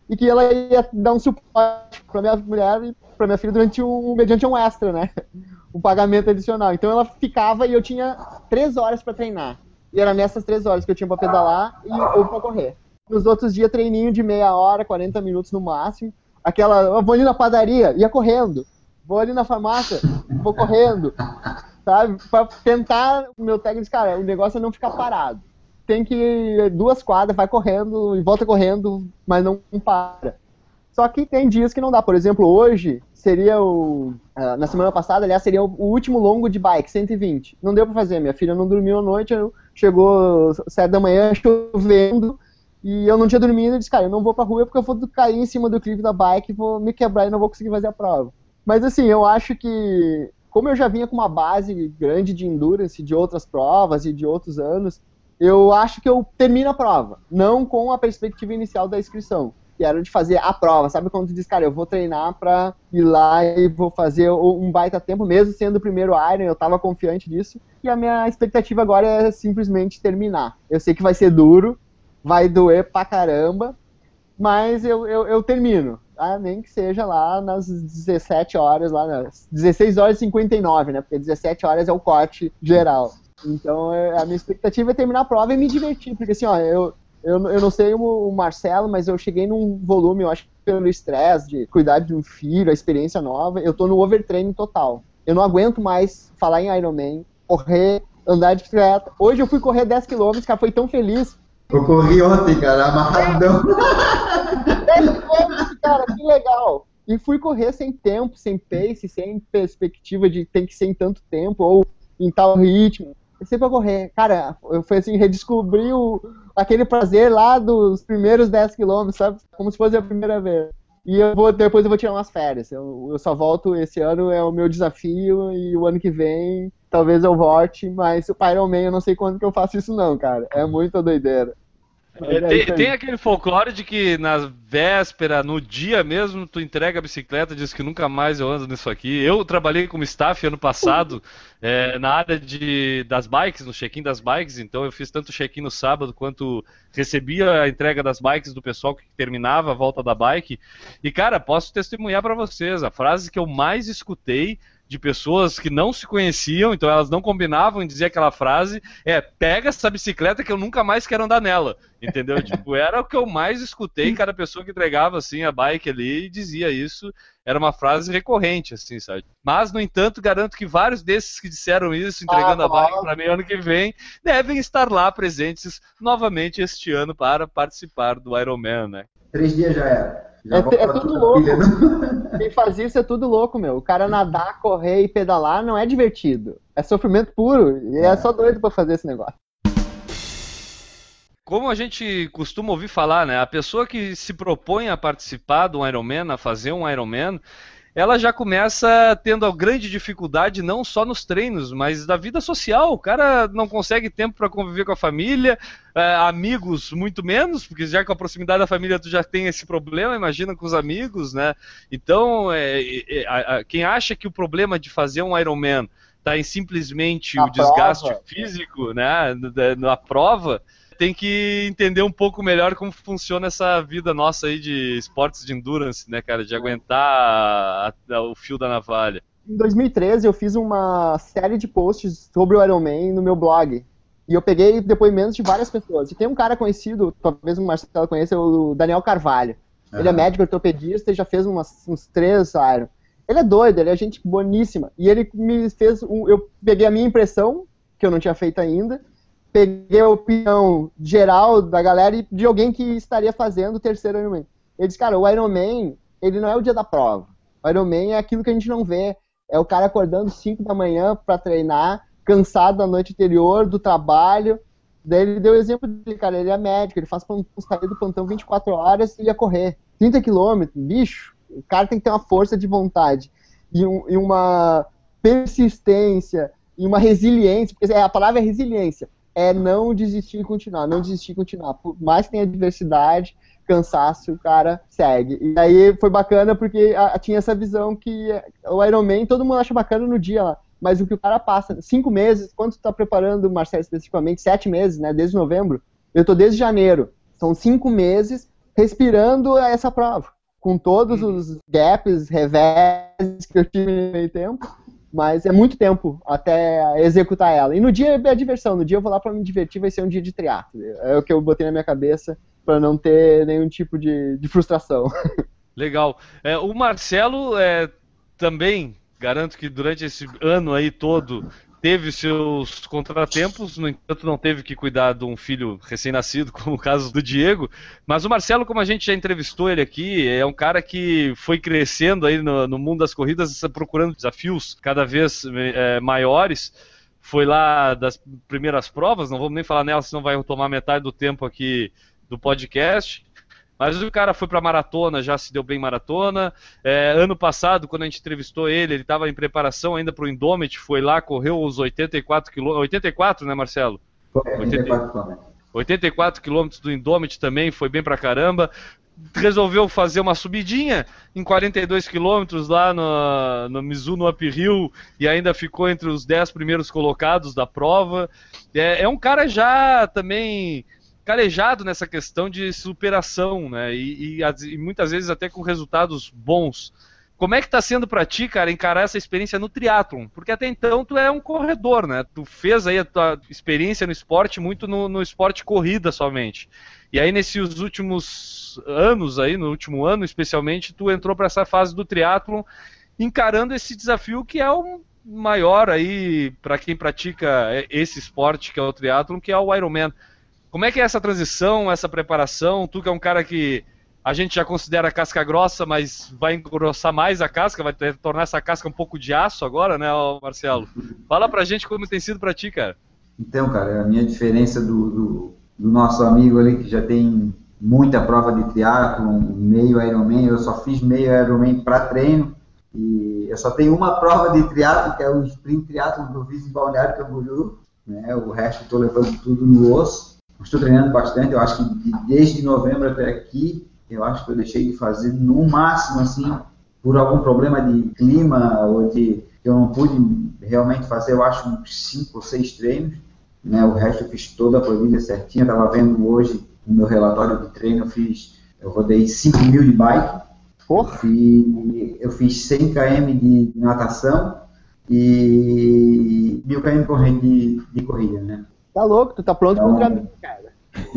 S6: e que ela ia dar um suporte para minha mulher e para minha filha durante um, mediante um extra, né? Um pagamento adicional. Então ela ficava e eu tinha três horas para treinar. E era nessas três horas que eu tinha para pedalar e, ou para correr. Nos outros dias, treininho de meia hora, quarenta minutos no máximo. Aquela, eu vou ali na padaria, ia correndo. Vou ali na farmácia, vou correndo. Sabe? Para tentar, o meu técnico, cara, o negócio é não ficar parado. Tem que ir duas quadras, vai correndo e volta correndo, mas não para. Só que tem dias que não dá. Por exemplo, hoje seria o... Uh, na semana passada, aliás, seria o, o último longo de bike, cento e vinte. Não deu pra fazer. Minha filha não dormiu à noite, chegou sete da manhã, chovendo, e eu não tinha dormido. Eu disse, cara, eu não vou pra rua porque eu vou cair em cima do clipe da bike, vou me quebrar e não vou conseguir fazer a prova. Mas assim, eu acho que, como eu já vinha com uma base grande de endurance, de outras provas e de outros anos, eu acho que eu termino a prova, não com a perspectiva inicial da inscrição, que era de fazer a prova. Sabe quando tu diz, cara, eu vou treinar pra ir lá e vou fazer um baita tempo, mesmo sendo o primeiro Iron, eu tava confiante disso, e a minha expectativa agora é simplesmente terminar. Eu sei que vai ser duro, vai doer pra caramba, mas eu, eu, eu termino, tá? Nem que seja lá nas dezessete horas, lá nas dezesseis horas e cinquenta e nove, né, porque dezessete horas é o corte geral. Então a minha expectativa é terminar a prova e me divertir, porque assim, ó, eu... Eu, eu não sei o, o Marcelo, mas eu cheguei num volume, eu acho que pelo estresse de cuidar de um filho, a experiência nova, eu tô no overtraining total. Eu não aguento mais falar em Ironman, correr, andar de bicicleta. Hoje eu fui correr dez quilômetros, cara, foi tão feliz.
S5: Eu corri ontem, cara, amarradão.
S6: dez quilômetros, cara, que legal. E fui correr sem tempo, sem pace, sem perspectiva de ter que ser em tanto tempo ou em tal ritmo. Eu sei pra correr. Cara, eu fui assim, redescobri o, aquele prazer lá dos primeiros dez quilômetros, sabe? Como se fosse a primeira vez. E eu vou, depois eu vou tirar umas férias. Eu, eu só volto esse ano, é o meu desafio, e o ano que vem talvez eu volte, mas o Ironman eu não sei quando que eu faço isso não, cara. É muita doideira.
S3: É, tem, tem aquele folclore de que na véspera, no dia mesmo, tu entrega a bicicleta e diz que nunca mais eu ando nisso aqui. Eu trabalhei como staff ano passado é, na área de, das bikes, no check-in das bikes, então eu fiz tanto check-in no sábado quanto recebia a entrega das bikes do pessoal que terminava a volta da bike. E cara, posso testemunhar para vocês, a frase que eu mais escutei de pessoas que não se conheciam, então elas não combinavam em dizer aquela frase, é, pega essa bicicleta que eu nunca mais quero andar nela, entendeu? Tipo, era o que eu mais escutei, cada pessoa que entregava, assim, a bike ali e dizia isso, era uma frase recorrente, assim, sabe? Mas, no entanto, garanto que vários desses que disseram isso, entregando ah, a bike para mim ano que vem, devem estar lá presentes novamente este ano para participar do Ironman, né?
S5: Três dias já era.
S6: É, é tudo louco. Quem faz isso é tudo louco, meu. O cara nadar, correr e pedalar não é divertido. É sofrimento puro. E é, é só doido pra fazer esse negócio.
S3: Como a gente costuma ouvir falar, né? A pessoa que se propõe a participar do Ironman, a fazer um Ironman, ela já começa tendo a grande dificuldade não só nos treinos, mas da vida social. O cara não consegue tempo para conviver com a família, é, amigos muito menos, porque já com a proximidade da família tu já tem esse problema, imagina com os amigos, né? Então, é, é, é, quem acha que o problema de fazer um Ironman está em simplesmente a o prova. Desgaste físico, né, na prova, tem que entender um pouco melhor como funciona essa vida nossa aí de esportes de endurance, né, cara, de aguentar a, a, o fio da navalha.
S6: Em dois mil e treze eu fiz uma série de posts sobre o Ironman no meu blog, e eu peguei depoimentos de várias pessoas, e tem um cara conhecido, talvez o Marcelo conheça, o Daniel Carvalho. Uhum. Ele é médico ortopedista e já fez umas, uns três Iron. Ele é doido, ele é gente boníssima, e ele me fez, um, eu peguei a minha impressão, que eu não tinha feito ainda, peguei a opinião geral da galera e de alguém que estaria fazendo o terceiro Ironman. Ele disse, cara, o Ironman, ele não é o dia da prova. O Ironman é aquilo que a gente não vê. É o cara acordando cinco da manhã para treinar, cansado da noite anterior, do trabalho. Daí ele deu o exemplo dele, cara, ele é médico, ele faz sair do plantão vinte e quatro horas e ia correr. trinta quilômetros, bicho, o cara tem que ter uma força de vontade e, um, e uma persistência e uma resiliência, porque a palavra é resiliência. É não desistir e continuar, não desistir e continuar. Por mais que tenha adversidade, cansaço, o cara segue. E aí foi bacana porque a, a, tinha essa visão que o Ironman, todo mundo acha bacana no dia lá, mas o que o cara passa, cinco meses, quanto tu tá preparando, Marcelo, especificamente? Sete meses, né, desde novembro? Eu tô desde janeiro. São cinco meses respirando essa prova, com todos os gaps, revés que eu tive no meio tempo, mas é muito tempo até executar ela. E no dia é diversão, no dia eu vou lá para me divertir, vai ser um dia de triatlo. É o que eu botei na minha cabeça para não ter nenhum tipo de, de frustração.
S3: Legal. É, o Marcelo é, também, garanto que durante esse ano aí todo, teve seus contratempos, no entanto não teve que cuidar de um filho recém-nascido, como o caso do Diego, mas o Marcelo, como a gente já entrevistou ele aqui, é um cara que foi crescendo aí no, no mundo das corridas, procurando desafios cada vez é, maiores, foi lá das primeiras provas, não vamos nem falar nela, senão vai tomar metade do tempo aqui do podcast. Mas o cara foi para maratona, já se deu bem em maratona. É, ano passado, quando a gente entrevistou ele, ele estava em preparação ainda para o Indomit, foi lá, correu os oitenta e quatro quilômetros. oitenta e quatro, né, Marcelo?
S5: oitenta e quatro quilômetros.
S3: oitenta e quatro quilômetros do Indomit também, foi bem pra caramba. Resolveu fazer uma subidinha em quarenta e dois quilômetros lá no, no Mizuno Uphill e ainda ficou entre os dez primeiros colocados da prova. É, é um cara já também calejado nessa questão de superação, né? E, e, e muitas vezes até com resultados bons. Como é que tá sendo pra ti, cara, encarar essa experiência no triatlon? Porque até então tu é um corredor, né? Tu fez aí a tua experiência no esporte muito no, no esporte corrida somente. E aí nesses últimos anos aí, no último ano especialmente, tu entrou para essa fase do triatlon, encarando esse desafio que é o maior aí para quem pratica esse esporte que é o triatlon, que é o Ironman. Como é que é essa transição, essa preparação? Tu que é um cara que a gente já considera casca grossa, mas vai engrossar mais a casca, vai ter, tornar essa casca um pouco de aço agora, né, Marcelo? Fala pra gente como tem sido pra ti, cara.
S5: Então, cara, a minha diferença do, do, do nosso amigo ali, que já tem muita prova de triatlon, meio Ironman, eu só fiz meio Ironman para treino, e eu só tenho uma prova de triatlon, que é o sprint triatlon que eu fiz em Balneário Camboriú, né, o resto eu tô levando tudo no osso. Estou treinando bastante, eu acho que desde novembro até aqui, eu acho que eu deixei de fazer no máximo, assim, por algum problema de clima ou de que eu não pude realmente fazer, eu acho, uns cinco ou seis treinos, né? O resto eu fiz toda a planilha certinha, eu estava vendo hoje no meu relatório de treino, eu fiz, eu rodei cinco mil de bike, eu fiz, eu fiz cem quilômetros de natação e mil quilômetros de, de corrida, né?
S6: Tá louco, tu tá pronto
S5: então,
S6: contra mim, cara.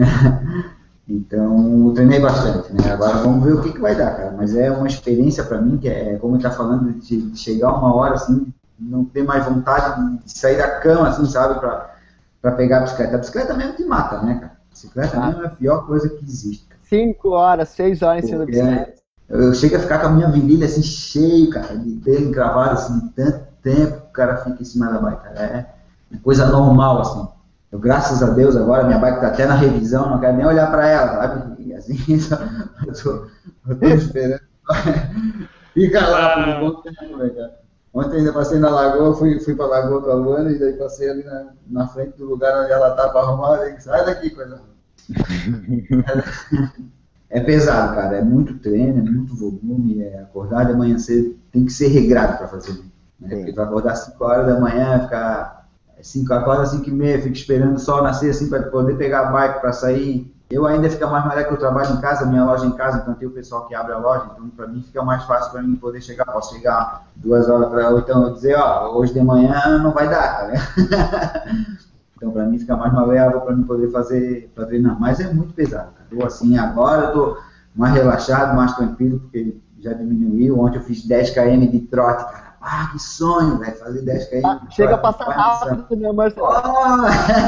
S5: Então, eu treinei bastante, né? Agora vamos ver o que, que vai dar, cara. Mas é uma experiência pra mim, que é, como ele tá falando, de, de chegar uma hora, assim, não ter mais vontade de sair da cama, assim, sabe? Pra, pra pegar a bicicleta. A bicicleta mesmo te mata, né, cara? A bicicleta ah. mesmo é a pior coisa que existe. Cara.
S6: Cinco horas, seis horas em cima da bicicleta.
S5: É, eu chego a ficar com a minha virilha, assim, cheio, cara, de pelo encravado, assim, de tanto tempo que o cara fica em cima da bike, cara. É uma coisa normal, assim. Eu, graças a Deus, agora minha bike está até na revisão, não quero nem olhar para ela, sabe? E assim, só, eu, tô, eu tô esperando. Fica lá por um bom tempo, né, cara? Ontem ainda passei na lagoa, fui, fui para a lagoa com a Luana e daí passei ali na, na frente do lugar onde ela estava arrumada e disse, sai daqui, coisa. É pesado, cara, é muito treino, é muito volume, é acordar de manhã cedo, tem que ser regrado para fazer, né? Porque tu vai acordar cinco horas da manhã, ficar cinco, acorda cinco e meia, fico esperando o sol nascer assim para poder pegar a bike para sair. Eu ainda fica mais malhado que eu trabalho em casa, minha loja em casa, então tem o pessoal que abre a loja, então para mim fica mais fácil para mim poder chegar. Posso chegar duas horas para ou então dizer, ó, hoje de manhã não vai dar, tá vendo? Então para mim fica mais maleável para mim poder fazer, para treinar. Mas é muito pesado, cara. Eu assim, agora eu tô mais relaxado, mais tranquilo, porque já diminuiu. Ontem eu fiz dez quilômetros de trote, cara. Ah, que sonho, velho, fazer dez quilômetros.
S6: Ah, chega a passar rápido, né, Marcelo?
S5: Oh!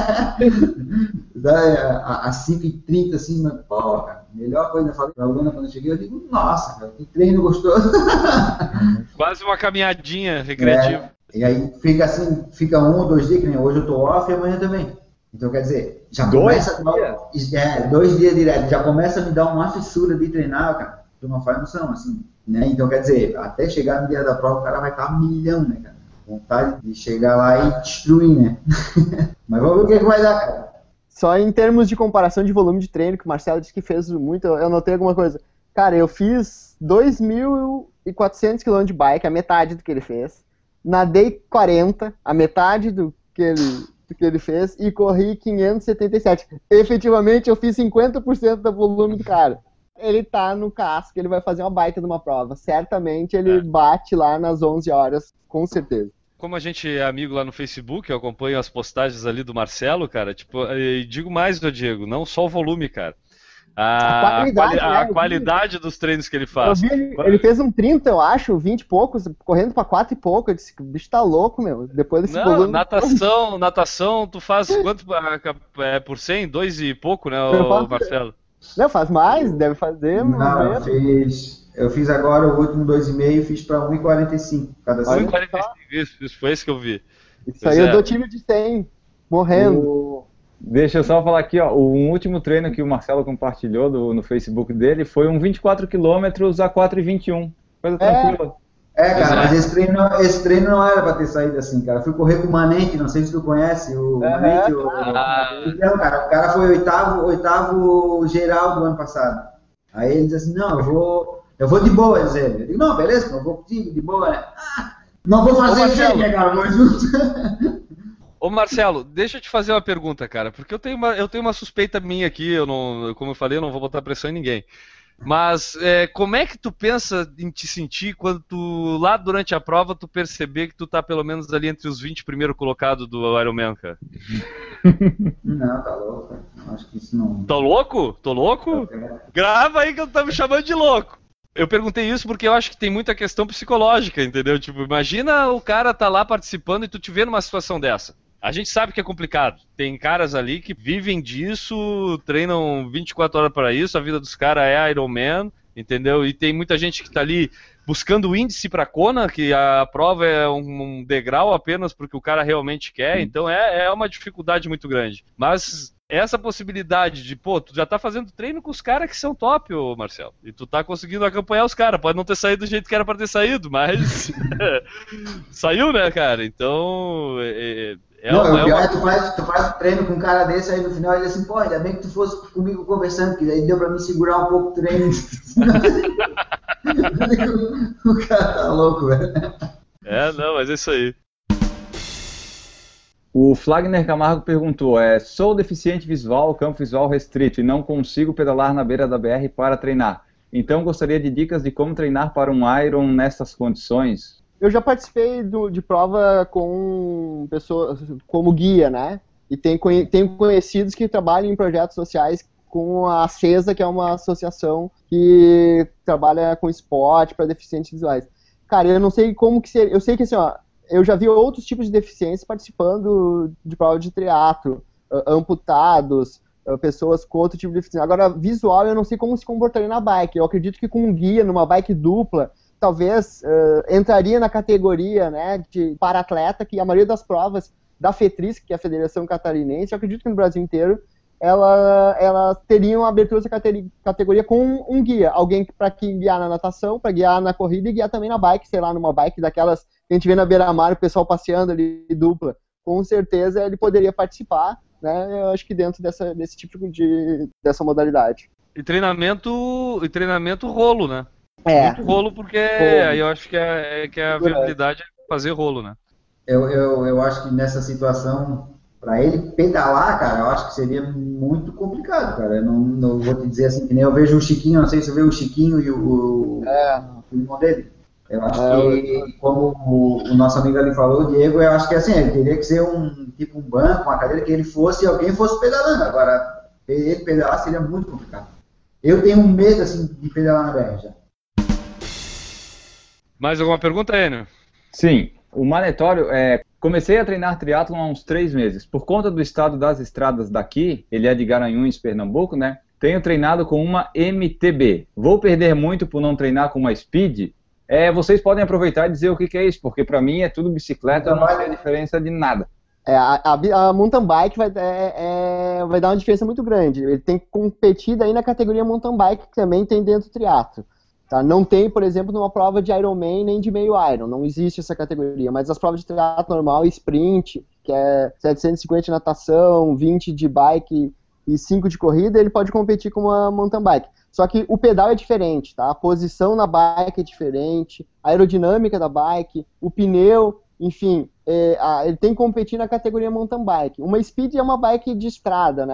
S5: A cinco e trinta, assim, mas, pô, cara, melhor coisa, eu falei pra Luna quando eu cheguei, eu digo, nossa, cara, que treino gostoso.
S3: Quase uma caminhadinha recreativa.
S5: É, e aí fica assim, fica um ou dois dias, que nem hoje eu tô off e amanhã também. Então, quer dizer, já
S6: dois
S5: começa... Dias? É, dois dias direto, já começa a me dar uma fissura de treinar, cara. Tu não faz noção, assim, né? Então, quer dizer, até chegar no dia da prova, o cara vai estar a milhão, né, cara? Vontade de chegar lá e destruir, né? Mas vamos ver o que, é que vai dar, cara.
S6: Só em termos de comparação de volume de treino, que o Marcelo disse que fez muito, eu notei alguma coisa. Cara, eu fiz dois mil e quatrocentos quilômetros de bike, a metade do que ele fez. Nadei quarenta, a metade do que ele, do que ele fez, e corri quinhentos e setenta e sete. Efetivamente, eu fiz cinquenta por cento do volume do cara. ele tá no casco, ele vai fazer uma baita de uma prova. Certamente ele é. bate lá nas onze horas, com certeza.
S3: Como a gente é amigo lá no Facebook, eu acompanho as postagens ali do Marcelo, cara, tipo, e digo mais, meu Diego, não só o volume, cara. A, a qualidade, a, quali a qualidade dos treinos que ele faz.
S6: Vi, ele, ele fez um trinta, eu acho, vinte e poucos, correndo pra quatro e pouco. Eu disse, o bicho tá louco, meu. Depois desse
S3: Não,
S6: volume...
S3: natação, natação, tu faz quanto é, por cem? Dois e pouco, né, o Marcelo?
S6: Não, faz mais, deve fazer.
S5: Não, eu fiz, eu fiz agora o último dois e meio, fiz pra um e quarenta e cinco cada
S3: um e quarenta e cinco, isso, isso foi esse que eu vi.
S6: Isso pois aí é. Eu dou time de cem, morrendo.
S4: O... Deixa eu só falar aqui, ó, o último treino que o Marcelo compartilhou do, no Facebook dele foi um vinte e quatro quilômetros a quatro e vinte e um. Coisa tranquila.
S5: É, é cara, mas esse treino, esse treino não era pra ter saído assim, cara. Fui correr com o Manente, não sei se tu conhece o é, Manente. É, o, ah. Então, cara, o cara foi oitavo, oitavo geral do ano passado. Aí ele disse assim, não, eu vou, eu vou de boa, diz ele. Eu digo, não, beleza, eu vou contigo, de boa, né? Ah, não vou fazer isso aí, né, cara, vou junto.
S3: Ô Marcelo, deixa eu te fazer uma pergunta, cara, porque eu tenho uma, eu tenho uma suspeita minha aqui, eu não, como eu falei, eu não vou botar pressão em ninguém. Mas é, como é que tu pensa em te sentir quando tu, lá durante a prova, tu perceber que tu tá pelo menos ali entre os vinte primeiro colocados do Ironman, cara?
S5: Não, tá louco, acho que isso não...
S3: Tô louco? Tô louco? Grava aí que eu tô me chamando de louco. Eu perguntei isso porque eu acho que tem muita questão psicológica, entendeu? Tipo, imagina o cara tá lá participando e tu te vê numa situação dessa. A gente sabe que é complicado. Tem caras ali que vivem disso, treinam vinte e quatro horas para isso, a vida dos caras é Ironman, entendeu? E tem muita gente que tá ali buscando o índice para Kona, que a prova é um degrau apenas porque o cara realmente quer, então é, é uma dificuldade muito grande. Mas essa possibilidade de, pô, tu já tá fazendo treino com os caras que são top, ô Marcelo, e tu tá conseguindo acompanhar os caras, pode não ter saído do jeito que era para ter saído, mas saiu, né, cara? Então... É, É
S5: não,
S3: uma,
S5: o pior
S3: é uma...
S5: é que tu faz, tu faz treino com um cara desse, aí no final ele assim, pô, ainda bem que tu fosse comigo conversando, que daí deu pra me segurar um pouco o treino. O cara tá louco, velho.
S3: É, não, mas é isso aí.
S4: O Flagner Camargo perguntou, é, sou deficiente visual, campo visual restrito e não consigo pedalar na beira da B R para treinar. Então gostaria de dicas de como treinar para um Iron nessas condições.
S6: Eu já participei do, de prova com pessoas como guia, né? E tem, tenho conhecidos que trabalham em projetos sociais com a ACESA, que é uma associação que trabalha com esporte para deficientes visuais. Cara, eu não sei como que seria. Eu sei que assim, ó, eu já vi outros tipos de deficiências participando de prova de triatlo, amputados, pessoas com outro tipo de deficiência. Agora, visual, eu não sei como se comportaria na bike. Eu acredito que com um guia, numa bike dupla, talvez uh, entraria na categoria, né, de para-atleta, que a maioria das provas da FETRIS, que é a Federação Catarinense, eu acredito que no Brasil inteiro, ela, ela teria uma abertura dessa categoria com um guia, alguém para guiar na natação, para guiar na corrida e guiar também na bike, sei lá, numa bike daquelas que a gente vê na beira-mar, o pessoal passeando ali dupla. Com certeza ele poderia participar, né, eu acho que dentro dessa, desse tipo de dessa modalidade.
S3: E treinamento, e treinamento rolo, né?
S6: É.
S3: Muito rolo, porque rolo. Aí eu acho que, é, que a viabilidade é fazer rolo, né?
S5: Eu, eu, eu acho que nessa situação, para ele pedalar, cara, eu acho que seria muito complicado, cara. Eu não, não vou te dizer assim, que nem eu vejo o Chiquinho, não sei se você vê o Chiquinho e o, é. o irmão dele. Eu acho é, que, eu... como o, o nosso amigo ali falou, o Diego, eu acho que assim, ele teria que ser um tipo um banco, uma cadeira que ele fosse, alguém fosse pedalando. Agora, ele pedalar seria muito complicado. Eu tenho um medo, assim, de pedalar na B R já.
S3: Mais alguma pergunta, Enio?
S4: Sim. O Manetório, é, comecei a treinar triatlon há uns três meses. Por conta do estado das estradas daqui, ele é de Garanhuns, Pernambuco, né? Tenho treinado com uma M T B. Vou perder muito por não treinar com uma Speed? É, vocês podem aproveitar e dizer o que, que é isso, porque para mim é tudo bicicleta, eu não sei a diferença de nada.
S6: É, a, a, a mountain bike vai, é, é, vai dar uma diferença muito grande. Ele tem que competir daí na categoria mountain bike, que também tem dentro do triatlo. Tá? Não tem, por exemplo, numa prova de Ironman nem de meio Iron, não existe essa categoria, mas as provas de triatlo normal, sprint, que é setecentos e cinquenta de natação, vinte de bike e cinco de corrida, ele pode competir com uma mountain bike. Só que o pedal é diferente, tá? A posição na bike é diferente, a aerodinâmica da bike, o pneu, enfim, é, a, ele tem que competir na categoria mountain bike. Uma speed é uma bike de estrada, né?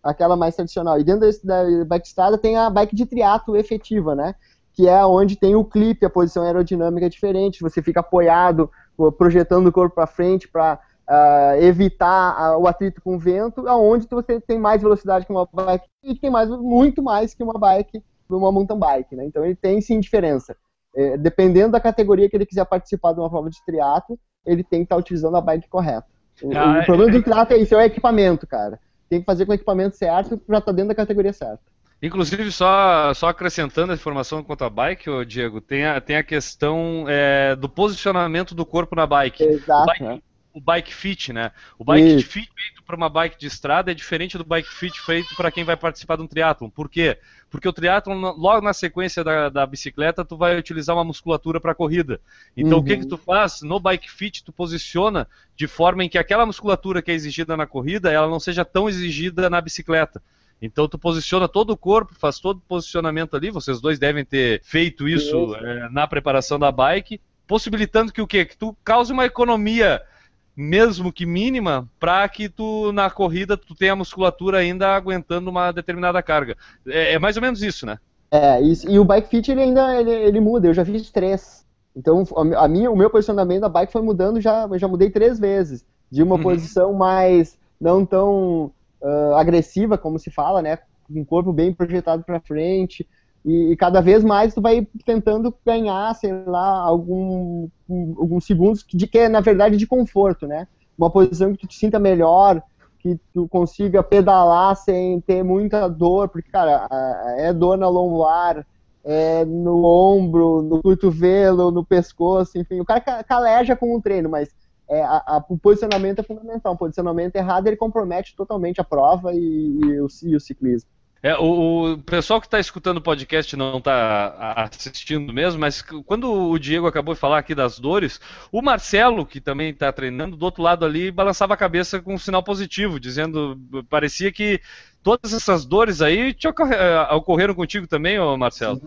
S6: aquela mais tradicional. E dentro da, da bike estrada tem a bike de triatlo efetiva, né? Que é onde tem o clipe, a posição aerodinâmica é diferente, você fica apoiado, projetando o corpo para frente para uh, evitar uh, o atrito com o vento, aonde você tem mais velocidade que uma bike e tem mais, muito mais que uma bike, uma mountain bike, né? Então ele tem sim diferença. É, dependendo da categoria que ele quiser participar de uma prova de triatlo, ele tem que estar utilizando a bike correta. O,
S3: ah,
S6: o problema é... do triatlo é isso, é o equipamento, cara. Tem que fazer com o equipamento certo para estar dentro da categoria certa.
S3: Inclusive, só, só acrescentando a informação quanto à bike, ô, Diego, tem a, tem a questão é, do posicionamento do corpo na bike.
S6: Exato,
S3: o bike,
S6: né?
S3: O bike fit, né? O bike
S6: Isso.
S3: fit feito para uma bike de estrada é diferente do bike fit feito para quem vai participar de um triatlon. Por quê? Porque o triatlon, logo na sequência da, da bicicleta, tu vai utilizar uma musculatura para corrida. Então, uhum. o que que tu faz? No bike fit, tu posiciona de forma em que aquela musculatura que é exigida na corrida, ela não seja tão exigida na bicicleta. Então tu posiciona todo o corpo, faz todo o posicionamento ali, vocês dois devem ter feito isso é, na preparação da bike, possibilitando que o quê? Que tu cause uma economia, mesmo que mínima, para que tu na corrida tu tenha a musculatura ainda aguentando uma determinada carga. É, é mais ou menos isso, né?
S6: É, isso, e o bike fit ele ainda ele, ele muda, eu já fiz três. Então a minha, o meu posicionamento da bike foi mudando, já, eu já mudei três vezes. De uma uhum. posição mais não tão... Uh, agressiva, como se fala, né, com o corpo bem projetado para frente, e, e cada vez mais tu vai tentando ganhar, sei lá, algum, um, alguns segundos de que é, na verdade, de conforto, né, uma posição que tu te sinta melhor, que tu consiga pedalar sem ter muita dor, porque, cara, é dor na lombar, é no ombro, no cotovelo, no pescoço, enfim, o cara caleja com o treino, mas É, a, a, o posicionamento é fundamental. O posicionamento errado ele compromete totalmente a prova e, e, o, e o ciclismo.
S3: É, o, o pessoal que está escutando o podcast não está assistindo mesmo, mas quando o Diego acabou de falar aqui das dores, o Marcelo, que também está treinando, do outro lado ali, balançava a cabeça com um sinal positivo, dizendo, parecia que todas essas dores aí te ocorre, ocorreram contigo também, ô Marcelo?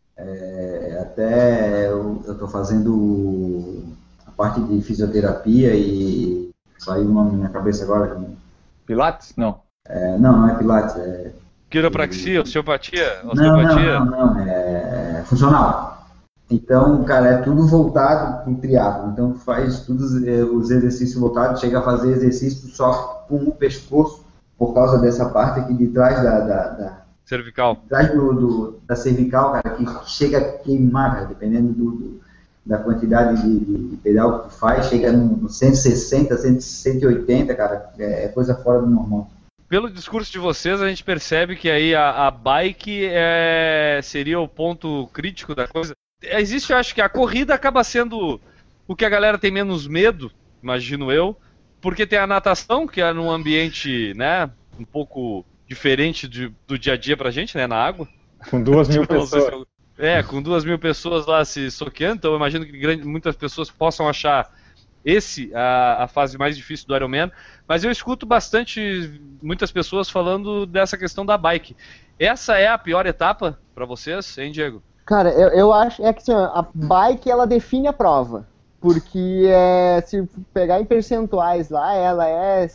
S5: É, até eu estou fazendo... parte de fisioterapia e saiu uma na minha cabeça agora.
S4: Pilates? Não.
S5: É, não, não é Pilates. É...
S3: Quiropraxia, osteopatia?
S5: Não, osteopatia? Não, não, não, é funcional. Então, cara, é tudo voltado para o triatlo. Então, faz todos os exercícios voltados, chega a fazer exercício só com o pescoço, por causa dessa parte aqui de trás da... da, da
S3: cervical.
S5: De trás do, do, da cervical, cara, que chega a queimar, cara, dependendo do... do da quantidade de, de, de pedal que tu faz, chega no cento e sessenta, cento e oitenta, cara, é coisa fora do normal.
S3: Pelo discurso de vocês, a gente percebe que aí a, a bike é, seria o ponto crítico da coisa. Existe, eu acho que a corrida acaba sendo o que a galera tem menos medo, imagino eu, porque tem a natação, que é num ambiente, né, um pouco diferente de, do dia a dia pra gente, né, na água.
S4: Com duas mil pessoas.
S3: É, com duas mil pessoas lá se soqueando, então eu imagino que grande, muitas pessoas possam achar esse a, a fase mais difícil do Ironman, mas eu escuto bastante, muitas pessoas falando dessa questão da bike. Essa é a pior etapa para vocês, hein, Diego?
S6: Cara, eu, eu acho é que assim, a bike ela define a prova, porque é, se pegar em percentuais lá, ela é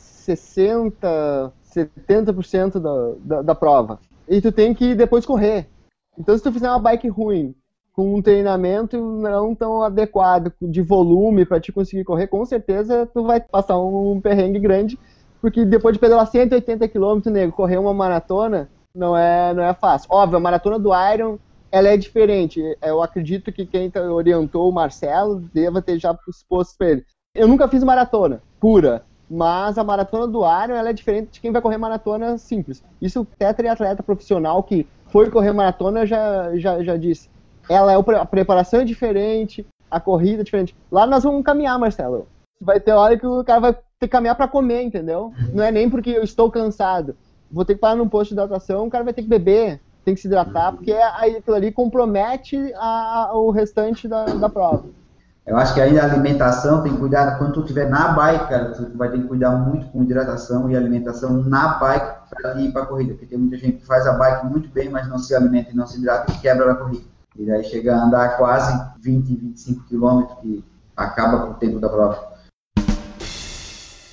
S6: sessenta, setenta por cento da, da, da prova, e tu tem que depois correr. Então, se tu fizer uma bike ruim, com um treinamento não tão adequado, de volume para te conseguir correr, com certeza tu vai passar um perrengue grande, porque depois de pedalar cento e oitenta quilômetros, nego, correr uma maratona não é, não é fácil. Óbvio, a maratona do Iron, ela é diferente. Eu acredito que quem orientou o Marcelo deva ter já exposto para ele. Eu nunca fiz maratona pura, mas a maratona do Iron ela é diferente de quem vai correr maratona simples. Isso até triatleta profissional que foi correr maratona já, já, já disse. Ela é, a preparação é diferente, a corrida é diferente. Lá nós vamos caminhar, Marcelo. Vai ter hora que o cara vai ter que caminhar para comer, entendeu? Não é nem porque eu estou cansado. Vou ter que parar num posto de hidratação, o cara vai ter que beber, tem que se hidratar, porque aquilo ali compromete a, a, o restante da, da prova.
S5: Eu acho que ainda a alimentação tem que cuidar, quando tu estiver na bike, cara, tu vai ter que cuidar muito com hidratação e alimentação na bike para ir para a corrida, porque tem muita gente que faz a bike muito bem, mas não se alimenta e não se hidrata e quebra na corrida. E daí chega a andar quase vinte, vinte e cinco quilômetros, que acaba com o tempo da prova.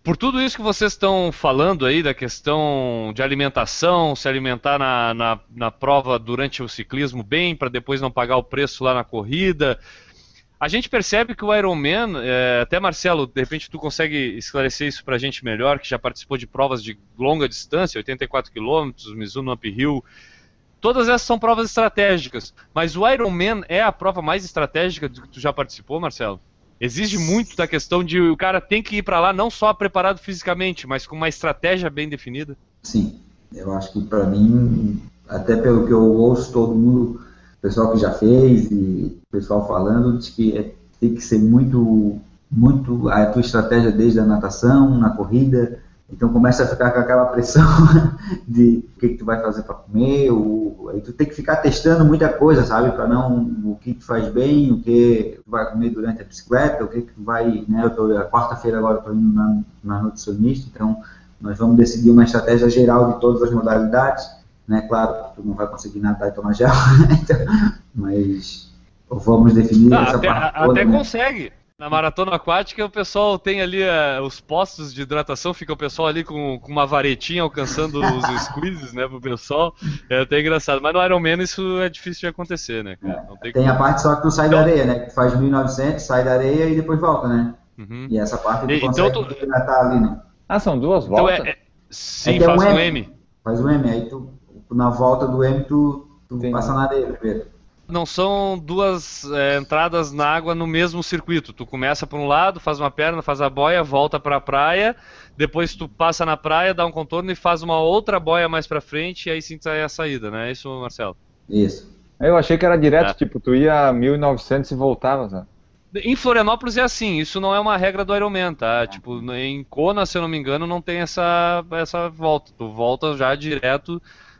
S3: Por tudo isso que vocês estão falando aí, da questão de alimentação, se alimentar na, na, na prova durante o ciclismo bem, para depois não pagar o preço lá na corrida, a gente percebe que o Ironman, é, até Marcelo, de repente tu consegue esclarecer isso pra gente melhor, que já participou de provas de longa distância, oitenta e quatro quilômetros, Mizuno Uphill, todas essas são provas estratégicas, mas o Ironman é a prova mais estratégica do que tu já participou, Marcelo? Exige muito da questão de o cara tem que ir para lá não só preparado fisicamente, mas com uma estratégia bem definida?
S5: Sim, eu acho que para mim, até pelo que eu ouço todo mundo, o pessoal que já fez e o pessoal falando, diz que é, tem que ser muito, muito a tua estratégia desde a natação, na corrida. Então começa a ficar com aquela pressão de o que, que tu vai fazer para comer, ou, aí tu tem que ficar testando muita coisa, sabe, para não, o que tu faz bem, o que tu vai comer durante a bicicleta, o que, que tu vai, né, eu tô, a quarta-feira agora estou indo na, na nutricionista, então nós vamos decidir uma estratégia geral de todas as modalidades, né, claro, tu não vai conseguir nadar e tomar gel, então, mas vamos definir
S3: ah,
S5: essa
S3: até,
S5: parte
S3: até
S5: toda, né?
S3: consegue. Na maratona aquática o pessoal tem ali uh, os postos de hidratação, fica o pessoal ali com, com uma varetinha alcançando os squeezes, né, pro pessoal, é até engraçado, mas no Ironman isso é difícil de acontecer, né, cara? Não tem
S5: tem
S3: como.
S5: A parte só que tu sai
S3: então,
S5: da areia, né, que tu faz mil e novecentos, sai da areia e depois volta, né,
S3: uhum.
S5: E essa parte tu
S3: e,
S5: consegue
S3: então, tu...
S5: hidratar ali, né.
S4: Ah, são duas
S3: então
S4: voltas?
S3: é, é... Sim,
S5: é
S3: faz
S5: um
S3: um
S5: M.
S3: M.
S5: Faz o M, aí tu, na volta do M tu, tu passa na areia primeiro.
S3: Não são duas é, entradas na água no mesmo circuito. Tu começa por um lado, faz uma perna, faz a boia, volta para a praia, depois tu passa na praia, dá um contorno e faz uma outra boia mais para frente e aí sim sai a saída, né? É isso, Marcelo?
S5: Isso.
S4: Eu achei que era direto,
S3: é.
S4: tipo, tu ia a mil e novecentos e voltava, sabe?
S3: Em Florianópolis é assim, isso não é uma regra do Ironman, tá? Tipo, em Kona, se eu não me engano, não tem essa, essa volta. Tu volta já direto,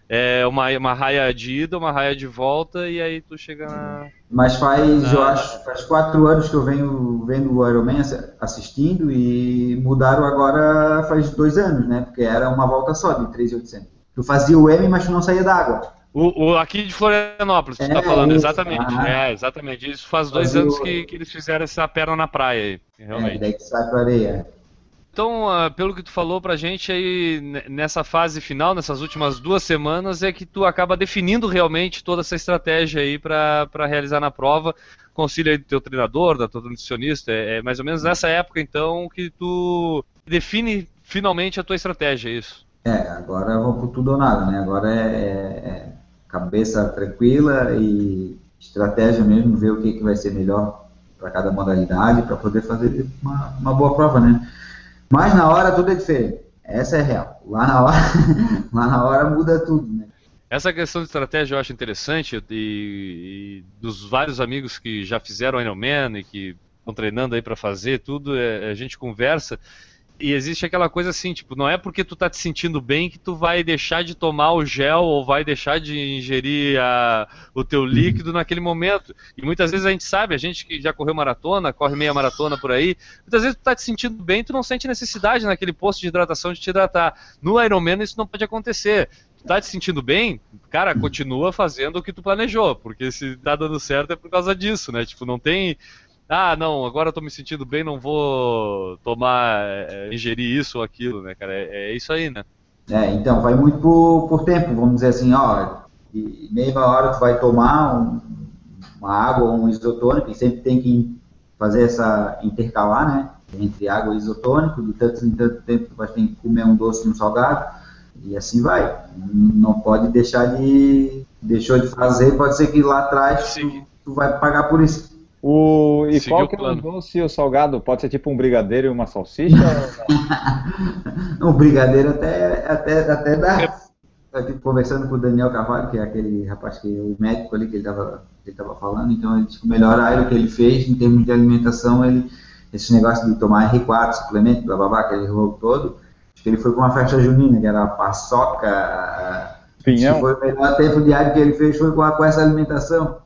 S3: é uma, uma raia de ida, uma raia de volta, e aí tu chega na...
S5: Mas faz,
S3: na...
S5: eu acho, faz quatro anos que eu venho vendo o Ironman assistindo e mudaram agora faz dois anos, né? Porque era uma volta só de três mil e oitocentos. Tu fazia o M, mas tu não saía da água.
S3: O, o, aqui de Florianópolis,
S5: é,
S3: tu tá falando,
S5: isso,
S3: exatamente. Ah, é, exatamente. Isso faz dois
S5: fazia
S3: anos
S5: o...
S3: que, que eles fizeram essa perna na praia aí, realmente.
S5: É, daí tu sai pra areia.
S3: Então, uh, pelo que tu falou pra gente aí, nessa fase final, nessas últimas duas semanas, é que tu acaba definindo realmente toda essa estratégia aí pra, pra realizar na prova, concílio aí do teu treinador, da tua nutricionista, é, é mais ou menos nessa época, então, que tu define finalmente a tua estratégia, é isso?
S5: É, agora eu vou por tudo ou nada, né? Agora é, é, é cabeça tranquila e estratégia mesmo, ver o que, que vai ser melhor para cada modalidade, para poder fazer uma, uma boa prova, né? Mas na hora tudo é diferente, essa é real. Lá na hora, lá na hora muda tudo, né?
S3: Essa questão de estratégia eu acho interessante, e, e dos vários amigos que já fizeram Ironman e que estão treinando aí para fazer tudo, é, a gente conversa. E existe aquela coisa assim, tipo, não é porque tu tá te sentindo bem que tu vai deixar de tomar o gel ou vai deixar de ingerir a, o teu líquido naquele momento. E muitas vezes a gente sabe, a gente que já correu maratona, corre meia maratona por aí, muitas vezes tu tá te sentindo bem, tu não sente necessidade naquele posto de hidratação de te hidratar. No Ironman isso não pode acontecer. Tu tá te sentindo bem, cara, continua fazendo o que tu planejou, porque se tá dando certo é por causa disso, né? Tipo, não tem... Ah, não, agora eu tô me sentindo bem, não vou tomar, é, ingerir isso ou aquilo, né, cara? É, é isso aí, né?
S5: É, então, vai muito por, por tempo, vamos dizer assim, ó, e meia hora tu vai tomar um, uma água ou um isotônico, e sempre tem que fazer essa, intercalar, né, entre água e isotônico, de tanto em tanto tempo tu vai ter que comer um doce e um salgado, e assim vai. Não pode deixar de, deixou de fazer, pode ser que lá atrás tu, tu vai pagar por isso.
S4: O... E
S3: Seguiu
S4: qual que é o doce e o salgado? Pode ser tipo um brigadeiro e uma salsicha?
S5: O brigadeiro até, até, até dá. Aqui conversando com o Daniel Carvalho, que é aquele rapaz, que o médico ali que ele estava ele tava falando, então ele disse que o melhor aero que ele fez em termos de alimentação, ele, esse negócio de tomar R quatro, suplemento, blá blá blá, aquele rolo todo, acho que ele foi para uma festa junina, que era a paçoca.
S4: Pinhão.
S5: Foi o melhor tempo diário que ele fez, foi com, a, com essa alimentação.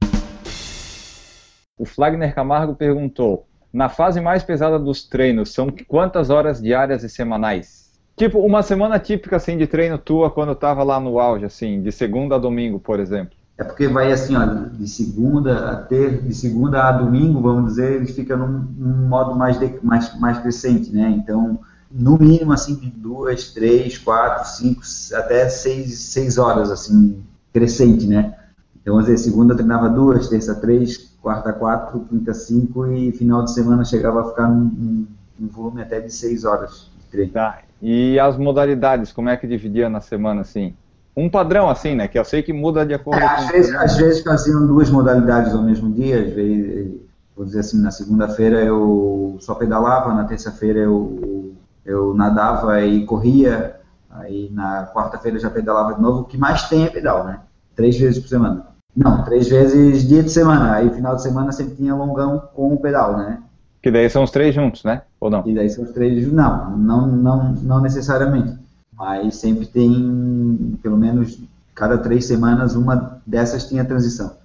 S4: O Flagner Camargo perguntou, na fase mais pesada dos treinos, são quantas horas diárias e semanais? Tipo, uma semana típica assim, de treino tua quando estava lá no auge, assim, de segunda a domingo, por exemplo.
S5: É porque vai assim, ó, de segunda a ter, de segunda a domingo, vamos dizer, eles ficam num, num modo mais, de, mais, mais crescente, né? Então, no mínimo, assim, de duas, três, quatro, cinco, até seis, seis horas, assim, crescente, né? Então, às vezes, segunda eu treinava duas, terça três, quarta quatro, quinta cinco e final de semana chegava a ficar num, num volume até de seis horas de treino.
S4: Tá. E as modalidades, como é que dividia na semana, assim? Um padrão, assim, né? Que eu sei que muda de acordo
S5: é,
S4: com...
S5: Às vezes, às vezes faziam duas modalidades ao mesmo dia, às vezes, vou dizer assim, na segunda-feira eu só pedalava, na terça-feira eu, eu nadava e corria, aí na quarta-feira já pedalava de novo. O que mais tem é pedal, né? Três vezes por semana. Não, três vezes dia de semana, aí final de semana sempre tinha longão com o pedal, né?
S4: Que daí são os três juntos, né? Ou não?
S5: E daí são os três juntos, não, não, não, não necessariamente, mas sempre tem, pelo menos cada três semanas, uma dessas tinha transição.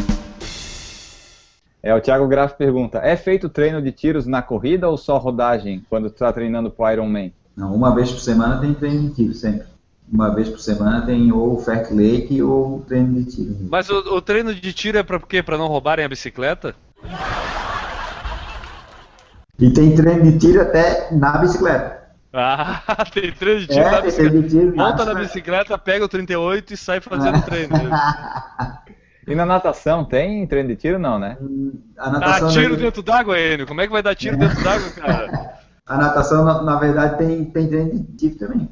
S4: É, o Thiago Graff pergunta, é feito treino de tiros na corrida ou só rodagem quando tu está treinando pro Ironman?
S5: Não, uma vez por semana tem treino de tiro, sempre. Uma vez por semana tem ou o Fact Lake ou o treino de tiro.
S3: Mas o, o treino de tiro é pra quê? Pra não roubarem a bicicleta?
S5: E tem treino de tiro até na bicicleta.
S3: Ah, tem treino de tiro
S5: É,
S3: na
S5: tem
S3: bicicleta.
S5: treino de tiro na
S3: Monta na
S5: bicicleta.
S3: bicicleta, pega o trinta e oito e sai fazendo treino.
S4: E na natação tem treino de tiro? Não, né?
S5: A
S3: Ah,
S5: natação,
S3: tiro
S5: na,
S3: dentro d'água, Enio. Como é que vai dar tiro dentro d'água, cara?
S5: a natação na, na verdade, tem, tem treino de tiro também.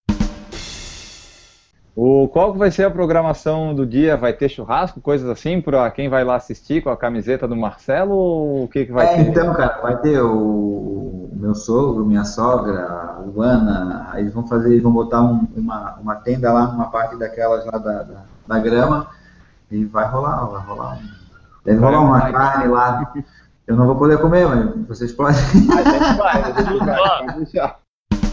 S4: O, qual que vai ser a programação do dia? Vai ter churrasco, coisas assim, para quem vai lá assistir com a camiseta do Marcelo? Ou o que, que vai
S5: É,
S4: ter?
S5: então, cara, vai ter o, o meu sogro, minha sogra, o Ana, aí eles vão fazer, eles vão botar um, uma, uma tenda lá numa parte daquelas lá da, da, da grama e vai rolar, vai rolar. Deve rolar uma carne lá. Eu não vou poder comer, mas vocês podem.
S4: A gente vai, a gente vai, pode deixar.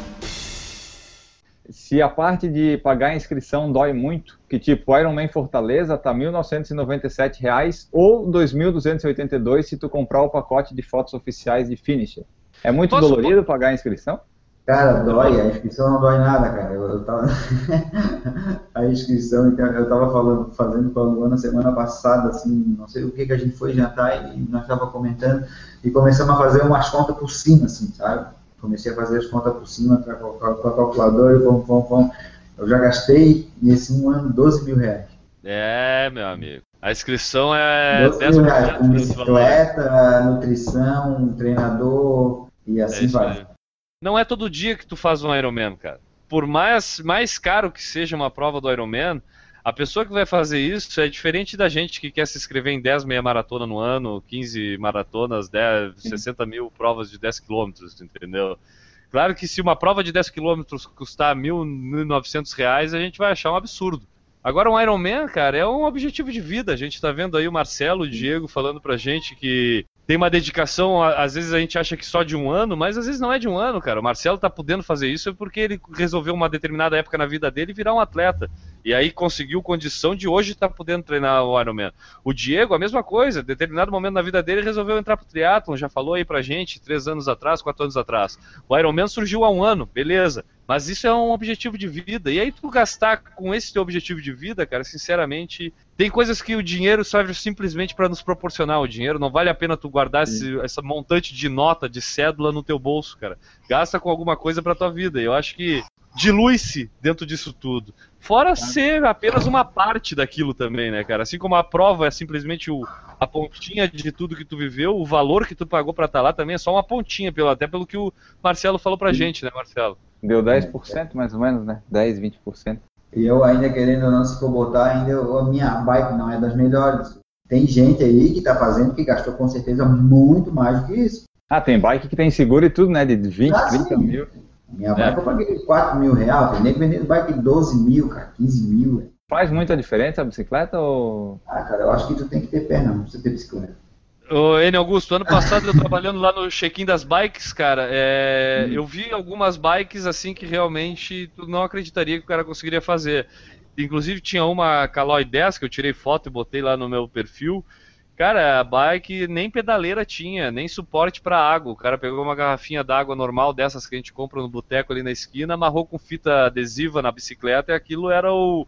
S4: Se a parte de pagar a inscrição dói muito, que tipo, o Ironman Fortaleza tá mil novecentos e noventa e sete reais ou dois mil duzentos e oitenta e dois se tu comprar o pacote de fotos oficiais de finisher. É muito
S3: Posso-
S4: dolorido pagar a inscrição?
S5: Cara, dói, a inscrição não dói nada, cara. Eu, eu tava. A inscrição, eu tava falando, fazendo com a Luana semana passada, assim, não sei o que que a gente foi jantar e nós tava comentando e começamos a fazer umas contas por cima, assim, sabe? Comecei a fazer as contas por cima com a, com a, com a calculadora e vamos, vamos, vamos. Eu já gastei nesse um ano doze mil reais.
S3: É, meu amigo. A inscrição é
S5: doze mil reais, com
S3: dez por cento desse valor.
S5: bicicleta, nutrição, treinador e assim
S3: É isso
S5: vai.
S3: aí. Não é todo dia que tu faz um Ironman, cara. Por mais, mais caro que seja uma prova do Ironman, a pessoa que vai fazer isso é diferente da gente que quer se inscrever em dez meia maratona no ano, quinze maratonas, dez, sessenta mil provas de dez quilômetros, entendeu? Claro que se uma prova de dez quilômetros custar mil, mil e novecentos reais, a gente vai achar um absurdo. Agora, um Ironman, cara, é um objetivo de vida. A gente tá vendo aí o Marcelo, o Diego falando pra gente que tem uma dedicação, às vezes a gente acha que só de um ano, mas às vezes não é de um ano, cara. O Marcelo tá podendo fazer isso porque ele resolveu uma determinada época na vida dele virar um atleta. E aí conseguiu condição de hoje estar podendo treinar o Ironman. O Diego, a mesma coisa, em determinado momento na vida dele resolveu entrar pro triatlon, já falou aí pra gente, três anos atrás, quatro anos atrás. O Ironman surgiu há um ano, beleza. Mas isso é um objetivo de vida. E aí tu gastar com esse teu objetivo de vida, cara, sinceramente, tem coisas que o dinheiro serve simplesmente para nos proporcionar. O dinheiro não vale a pena tu guardar esse, essa montante de nota, de cédula no teu bolso, cara. Gasta com alguma coisa pra tua vida. E eu acho que dilui-se dentro disso tudo. Fora ser apenas uma parte daquilo também, né, cara? Assim como a prova é simplesmente o, a pontinha de tudo que tu viveu, o valor que tu pagou pra estar lá também é só uma pontinha, pelo, até pelo que o Marcelo falou pra gente, né, Marcelo?
S4: Deu dez por cento mais ou menos, né? dez, vinte por cento.
S5: E eu ainda querendo ou não, se for botar, ainda eu- a minha bike não é das melhores. Tem gente aí que tá fazendo que gastou com certeza muito mais do que isso.
S4: Ah, tem bike que tem seguro e tudo, né? De vinte,
S5: Ah,
S4: trinta
S5: sim.
S4: mil.
S5: Minha bike eu paguei quatro mil reais, tem nem que vendendo bike de doze mil, cara, quinze mil. velho.
S4: Faz muita diferença a bicicleta ou...
S5: Ah, cara, eu acho que tu tem que ter perna, não precisa ter bicicleta.
S3: Ô, Enio Augusto, ano passado eu trabalhando lá no check-in das bikes, cara, é, eu vi algumas bikes assim que realmente tu não acreditaria que o cara conseguiria fazer. Inclusive tinha uma Caloi dez que eu tirei foto e botei lá no meu perfil. Cara, a bike nem pedaleira tinha, nem suporte para água. O cara pegou uma garrafinha d'água normal, dessas que a gente compra no boteco ali na esquina, amarrou com fita adesiva na bicicleta e aquilo era o,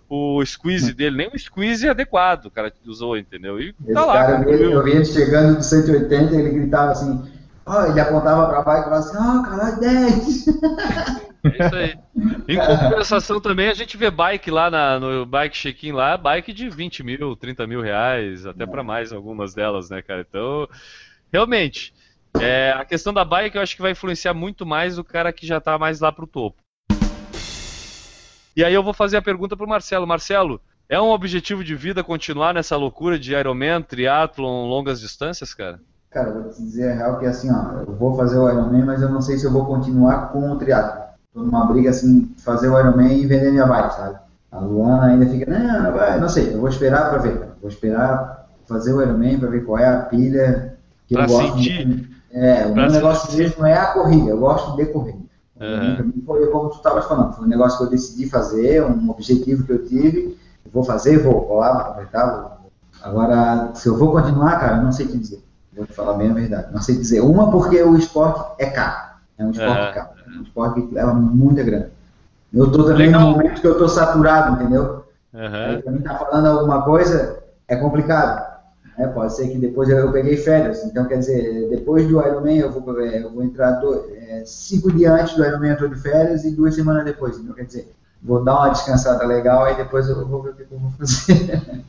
S3: o squeeze dele. Nem um squeeze adequado o cara usou, entendeu? E
S5: Esse
S3: tá lá,
S5: cara, eu vi,
S3: concluiu.
S5: eu vi ele chegando do cento e oitenta, ele gritava assim, ó, ele apontava pra bike e falava assim, ó, oh, caralho, dez.
S3: É isso aí. Em compensação também, a gente vê bike lá na, no Bike Check-in lá, bike de vinte mil, trinta mil reais, até pra mais algumas delas, né, cara? Então, realmente, é, a questão da bike eu acho que vai influenciar muito mais o cara que já tá mais lá pro topo. E aí eu vou fazer a pergunta pro Marcelo. Marcelo, é um objetivo de vida continuar nessa loucura de Ironman, triatlon, longas distâncias, cara?
S5: Cara, eu vou te dizer a real que assim, ó, eu vou fazer o Ironman, mas eu não sei se eu vou continuar com o triatlon. Tô numa briga assim, fazer o Ironman e vender minha bike, sabe? A Luana ainda fica, não, vai, não sei, eu vou esperar pra ver, cara. Vou esperar fazer o Ironman pra ver qual é a pilha que
S3: pra
S5: eu gosto.
S3: sentir.
S5: De... É, o
S3: pra
S5: meu negócio
S3: sentir.
S5: mesmo é a corrida, eu gosto de corrida.
S3: Uhum.
S5: Pra mim foi como tu estavas falando, foi um negócio que eu decidi fazer, um objetivo que eu tive, eu vou fazer, vou, vou lá, vou aproveitar, vou. Agora, se eu vou continuar, cara, eu não sei te dizer, vou te falar bem a verdade, não sei dizer. Uma, porque o esporte é caro, é um esporte
S3: Uhum.
S5: caro, é um esporte que leva muita grana. Eu tô também
S3: Legal.
S5: num momento que eu tô saturado, entendeu?
S3: Uhum.
S5: Aí, pra mim tá falando alguma coisa, é complicado. É, pode ser que depois eu, eu peguei férias, então quer dizer, depois do Ironman eu vou, eu vou entrar do, é, cinco dias antes do Ironman eu estou de férias e duas semanas depois, então quer dizer, vou dar uma descansada legal e depois eu vou ver o que eu vou fazer.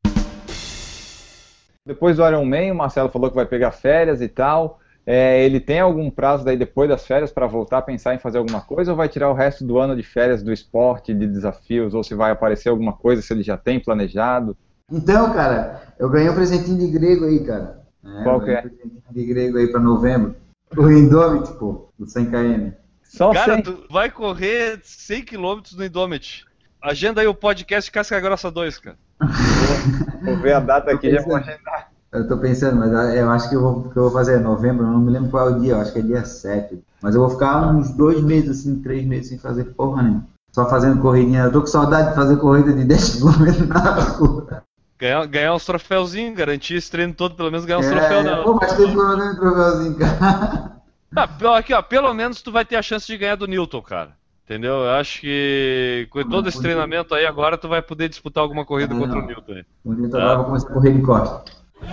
S4: Depois do Ironman, o Marcelo falou que vai pegar férias e tal, é, ele tem algum prazo daí depois das férias para voltar a pensar em fazer alguma coisa ou vai tirar o resto do ano de férias do esporte, de desafios, ou se vai aparecer alguma coisa, se ele já tem planejado?
S5: Então, cara, eu ganhei um presentinho de grego aí, cara. É,
S4: Qual que é?
S5: Um presentinho de grego aí pra novembro. O Indomit, pô, do cem quilômetros.
S4: Só
S3: Cara,
S4: cem?
S3: tu vai correr cem quilômetros no Indomit. Agenda aí o podcast Casca Grossa dois, cara.
S4: Vou ver a data aqui, já vou agendar.
S5: Eu tô pensando, mas eu acho que eu vou, que eu vou fazer é novembro, eu não me lembro qual é o dia, eu acho que é dia sete. Mas eu vou ficar uns dois meses, assim, três meses sem fazer porra nenhuma. Só fazendo corridinha. Eu tô com saudade de fazer corrida de dez quilômetros na rua.
S3: Ganhar, ganhar uns troféuzinhos, garantir esse treino todo, pelo menos ganhar uns
S5: É,
S3: troféus. Não.
S5: pô, mas tem problema no troféuzinho, cara.
S3: Ah, aqui, ó, pelo menos tu vai ter a chance de ganhar do Newton, cara. Entendeu? Eu acho que com todo esse treinamento aí, agora tu vai poder disputar alguma corrida
S5: Ah,
S3: contra
S5: não.
S3: o Newton aí.
S5: O Newton
S3: Tá.
S5: agora vai começar a correr de costa.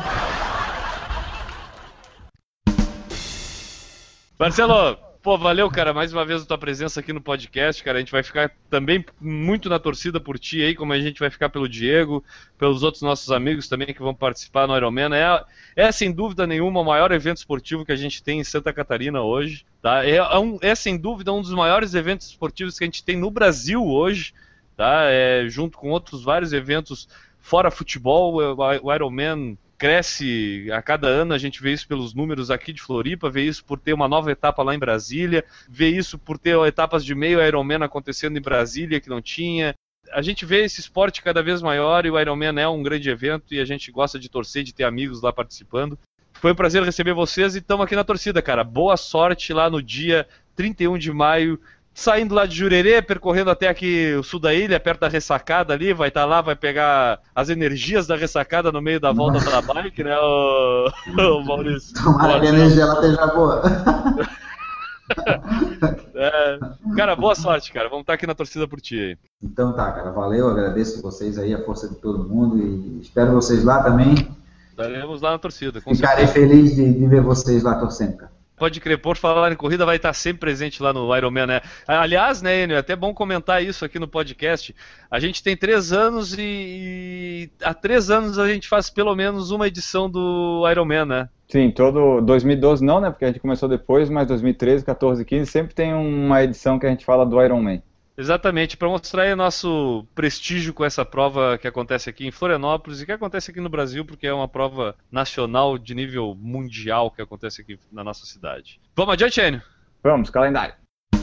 S3: Marcelo, pô, valeu, cara, mais uma vez a tua presença aqui no podcast, cara. A gente vai ficar também muito na torcida por ti aí, como a gente vai ficar pelo Diego, pelos outros nossos amigos também que vão participar no Ironman. É, é sem dúvida nenhuma o maior evento esportivo que a gente tem em Santa Catarina hoje, tá? É, é, um, é sem dúvida um dos maiores eventos esportivos que a gente tem no Brasil hoje, tá? É, junto com outros vários eventos fora futebol, o Ironman cresce a cada ano, a gente vê isso pelos números aqui de Floripa, vê isso por ter uma nova etapa lá em Brasília, vê isso por ter etapas de meio Ironman acontecendo em Brasília que não tinha. A gente vê esse esporte cada vez maior e o Ironman é um grande evento e a gente gosta de torcer, de ter amigos lá participando. Foi um prazer receber vocês e estamos aqui na torcida, cara. Boa sorte lá no dia trinta e um de maio, saindo lá de Jurerê, percorrendo até aqui o sul da ilha, perto da ressacada ali, vai estar lá, vai pegar as energias da ressacada no meio da volta da bike, né, o, o Maurício?
S5: Tomara que a energia ela esteja boa.
S3: É, cara, boa sorte, cara. Vamos estar aqui na torcida por ti aí.
S5: Então tá, cara, valeu, agradeço vocês aí, a força de todo mundo e espero vocês lá também.
S3: Estaremos lá na torcida, com
S5: Ficarei
S3: certeza.
S5: feliz de, de ver vocês lá torcendo, cara.
S3: Pode crer, por falar em corrida, vai estar sempre presente lá no Ironman, né? Aliás, né, Enio, é até bom comentar isso aqui no podcast. A gente tem três anos e, e há três anos a gente faz pelo menos uma edição do Ironman, né?
S4: Sim, todo dois mil e doze não, né, porque a gente começou depois, mas dois mil e treze, quatorze, quinze sempre tem uma edição que a gente fala do Ironman.
S3: Exatamente, para mostrar aí nosso prestígio com essa prova que acontece aqui em Florianópolis e que acontece aqui no Brasil, porque é uma prova nacional de nível mundial que acontece aqui na nossa cidade. Vamos adiante, Enio?
S4: Vamos, calendário.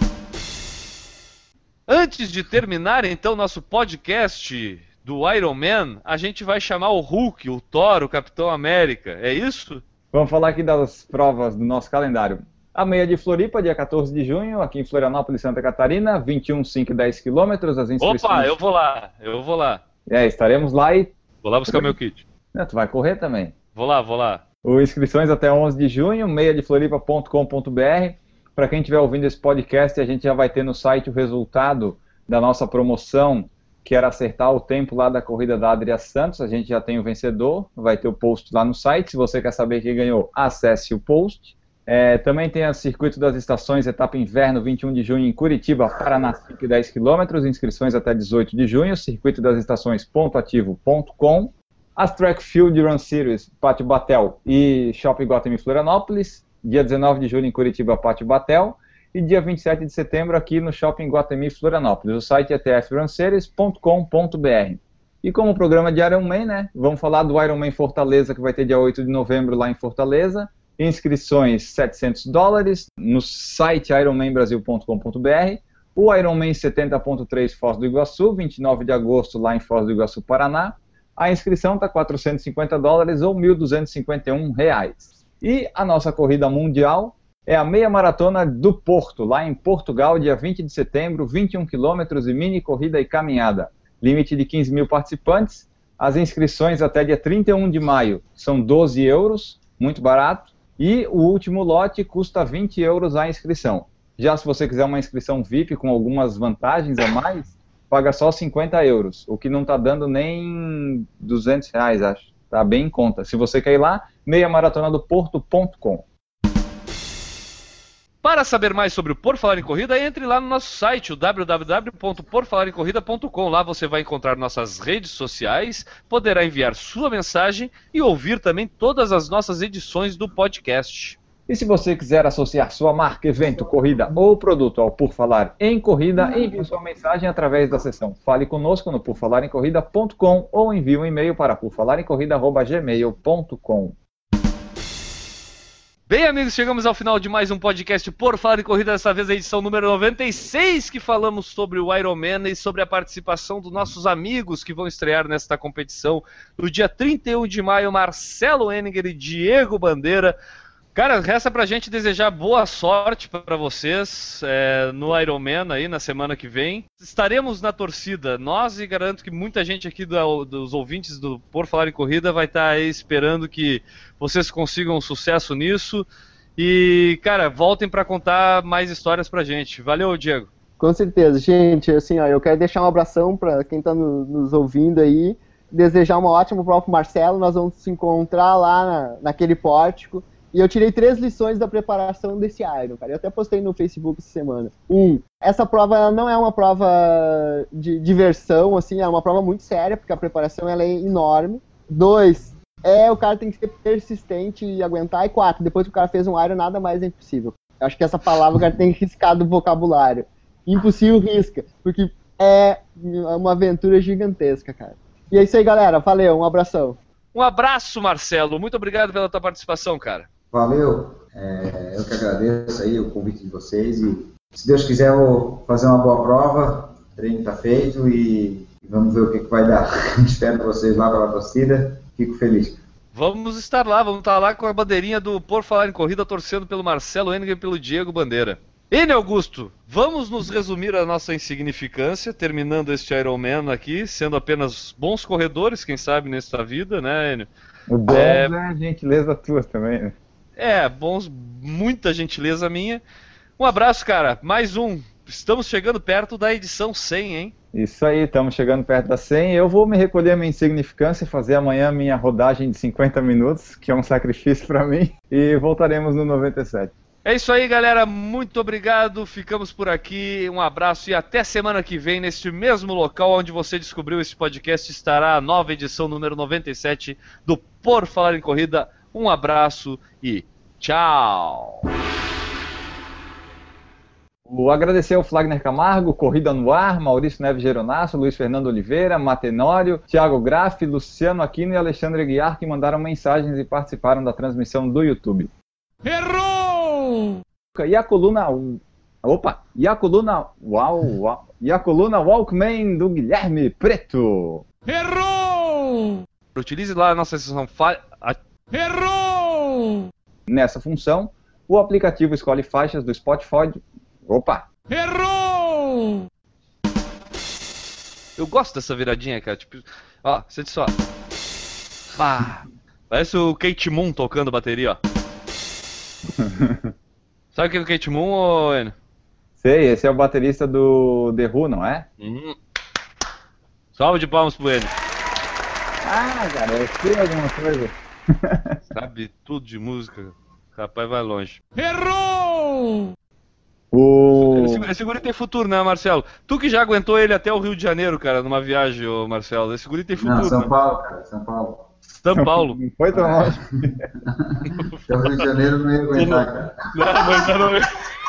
S3: Antes de terminar, então, nosso podcast do Ironman, a gente vai chamar o Hulk, o Thor, o Capitão América, é isso?
S4: Vamos falar aqui das provas do nosso calendário. A meia de Floripa, dia quatorze de junho, aqui em Florianópolis, Santa Catarina, vinte e um, cinco e dez quilômetros, as inscrições...
S3: Opa, eu vou lá, eu vou lá.
S4: É, estaremos lá e...
S3: Vou lá buscar meu kit.
S4: Não, tu vai correr também.
S3: Vou lá, vou lá.
S4: O inscrições até onze de junho, meia de floripa ponto com ponto br. Para quem estiver ouvindo esse podcast, a gente já vai ter no site o resultado da nossa promoção, que era acertar o tempo lá da corrida da Adria Santos. A gente já tem o vencedor, vai ter o post lá no site. Se você quer saber quem ganhou, acesse o post. É, também tem o Circuito das Estações, etapa inverno, vinte e um de junho em Curitiba, Paraná, cinco e dez quilômetros, inscrições até dezoito de junho, circuito das estações ponto ativo ponto com. As Track Field Run Series, Pátio Batel e Shopping Guatemi Florianópolis, dia dezenove de julho em Curitiba, Pátio Batel, e dia vinte e sete de setembro aqui no Shopping Guatemi Florianópolis. O site é t f run series ponto com ponto b r. E como programa de Ironman, né, vamos falar do Ironman Fortaleza, que vai ter dia oito de novembro lá em Fortaleza. Inscrições setecentos dólares no site ironman brasil ponto com ponto b r. O Ironman setenta ponto três Foz do Iguaçu, vinte e nove de agosto lá em Foz do Iguaçu, Paraná. A inscrição está quatrocentos e cinquenta dólares ou mil duzentos e cinquenta e um reais. E a nossa corrida mundial é a meia maratona do Porto, lá em Portugal, dia vinte de setembro, vinte e um quilômetros e mini corrida e caminhada. Limite de quinze mil participantes. As inscrições até dia trinta e um de maio são doze euros, muito barato. E o último lote custa vinte euros a inscrição. Já se você quiser uma inscrição V I P com algumas vantagens a mais, paga só cinquenta euros, o que não está dando nem duzentos reais, acho. Está bem em conta. Se você quer ir lá, meia maratona do porto ponto com.
S3: Para saber mais sobre o Por Falar em Corrida, entre lá no nosso site, o w w w ponto por falar em corrida ponto com. Lá você vai encontrar nossas redes sociais, poderá enviar sua mensagem e ouvir também todas as nossas edições do podcast.
S4: E se você quiser associar sua marca, evento, corrida ou produto ao Por Falar em Corrida, envie sua mensagem através da seção Fale Conosco no por falar em corrida ponto com ou envie um e-mail para por falar em corrida arroba gmail ponto com.
S3: Bem, amigos, chegamos ao final de mais um podcast Por Falar em Corrida, dessa vez a edição número noventa e seis, que falamos sobre o Ironman e sobre a participação dos nossos amigos que vão estrear nesta competição no dia trinta e um de maio, Marcelo Henninger e Diego Bandeira. Cara, resta pra gente desejar boa sorte para vocês é, no Ironman aí na semana que vem. Estaremos na torcida, nós, e garanto que muita gente aqui do, dos ouvintes do Por Falar em Corrida vai estar aí esperando que vocês consigam um sucesso nisso. E, cara, voltem para contar mais histórias pra gente. Valeu, Diego.
S6: Com certeza, gente. Assim, ó, eu quero deixar um abração para quem tá no, nos ouvindo aí, desejar uma ótima prova pro Marcelo. Nós vamos se encontrar lá na, naquele pórtico. E eu tirei três lições da preparação desse Iron, cara. Eu até postei no Facebook essa semana. Um, essa prova não é uma prova de diversão, assim, é uma prova muito séria, porque a preparação ela é enorme. Dois, é o cara tem que ser persistente e aguentar. E quatro, depois que o cara fez um Iron, nada mais é impossível. Eu acho que essa palavra o cara tem que riscar do vocabulário. Impossível risca, porque é uma aventura gigantesca, cara. E é isso aí, galera. Valeu, um abração.
S3: Um abraço, Marcelo. Muito obrigado pela tua participação, cara.
S5: Valeu, é, eu que agradeço aí o convite de vocês e se Deus quiser eu vou fazer uma boa prova, o treino está feito e vamos ver o que, que vai dar. Espero vocês lá pela torcida, fico feliz.
S3: Vamos estar lá, vamos estar lá com a bandeirinha do Por Falar em Corrida, torcendo pelo Marcelo Henninger e pelo Diego Bandeira. Enio Augusto, vamos nos resumir a nossa insignificância, terminando este Ironman aqui, sendo apenas bons corredores, quem sabe, nesta vida, né, Enio?
S4: O bom é, é a gentileza tua também, né?
S3: É, bons, muita gentileza minha. Um abraço, cara. Mais um. Estamos chegando perto da edição cem, hein?
S4: Isso aí, estamos chegando perto da cem. Eu vou me recolher a minha insignificância, fazer amanhã a minha rodagem de cinquenta minutos, que é um sacrifício para mim, e voltaremos no noventa e sete.
S3: É isso aí, galera. Muito obrigado. Ficamos por aqui. Um abraço e até semana que vem, neste mesmo local onde você descobriu esse podcast, estará a nova edição número noventa e sete do Por Falar em Corrida. Um abraço e tchau!
S4: Vou agradecer ao Flagner Camargo, Corrida no Ar, Maurício Neves Geronasso, Luiz Fernando Oliveira, Matenório, Thiago Graff, Luciano Aquino e Alexandre Guiar, que mandaram mensagens e participaram da transmissão do YouTube.
S2: Errou!
S4: E a coluna... Opa! E a coluna... Uau, uau! E a coluna Walkman do Guilherme Preto.
S2: Errou!
S3: Utilize lá a nossa seção... Fa...
S2: Errou!
S4: Nessa função, o aplicativo escolhe faixas do Spotify. Opa!
S2: Errou!
S3: Eu gosto dessa viradinha, cara. Tipo, ó, sente só. Ah, parece o Kate Moon tocando bateria, ó. Sabe o que é o Kate Moon, ô Enio?
S4: Sei, esse é o baterista do The Who, não é?
S3: Uhum. Salve de palmas pro Enio.
S4: Ah, cara, eu sei alguma coisa.
S3: Sabe tudo de música. Capaz vai longe.
S2: Errou!
S4: O...
S3: Esse, esse guri tem futuro, né, Marcelo? Tu que já aguentou ele até o Rio de Janeiro, cara, numa viagem, ô Marcelo. Esse guri tem futuro,
S5: Não, São
S3: né?
S5: Paulo, cara, São Paulo.
S3: São Paulo.
S4: Não foi tão longe.
S5: Até o Rio de Janeiro não ia aguentar, cara.
S3: Não, mas eu não...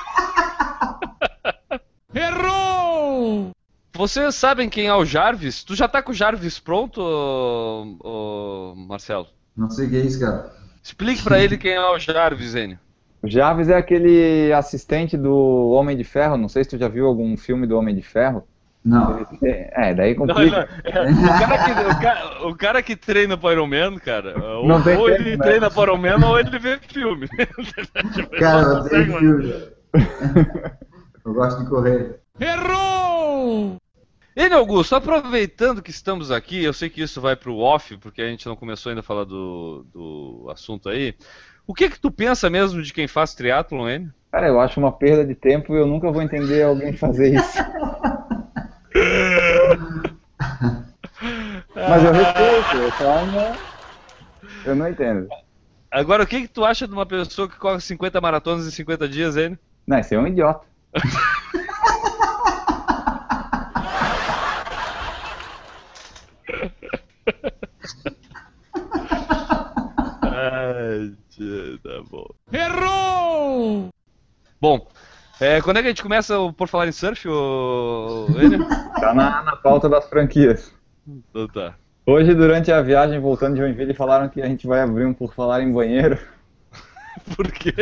S2: Errou!
S3: Vocês sabem quem é o Jarvis? Tu já tá com o Jarvis pronto, ô, ô, Marcelo?
S5: Não sei o que é isso, cara.
S3: Explique pra ele quem é o Jarvis, Enio.
S4: O Jarvis é aquele assistente do Homem de Ferro. Não sei se tu já viu algum filme do Homem de Ferro.
S5: Não.
S4: É, daí
S3: Não, não,
S4: complica.
S3: é, o, cara que, o, cara, o cara que treina pro Iron Man, cara, ou,
S4: Não tem
S3: ou
S4: tempo,
S3: ele
S4: né?
S3: treina pro Iron Man ou ele vê filme.
S5: Cara, eu
S3: Não
S5: odeio
S3: consegue,
S5: filme. Eu gosto de correr.
S2: Errou!
S3: Enio Augusto, aproveitando que estamos aqui, eu sei que isso vai pro off, porque a gente não começou ainda a falar do, do assunto aí. O que que tu pensa mesmo de quem faz triatlon, Enio?
S4: Cara, eu acho uma perda de tempo e eu nunca vou entender alguém fazer isso. Mas eu respeito, eu só não... Eu não entendo.
S3: Agora, o que que tu acha de uma pessoa que corre cinquenta maratonas em cinquenta dias, Enio?
S4: Não, esse é um idiota.
S3: Ai, tia, tá bom.
S2: Errou!
S3: Bom, é, quando é que a gente começa o Por Falar em Surf, ô, Enio?
S4: Tá na, na pauta das franquias.
S3: Então tá.
S4: Hoje, durante a viagem, voltando de Joinville, falaram que a gente vai abrir um Por Falar em Banheiro.
S3: Por quê?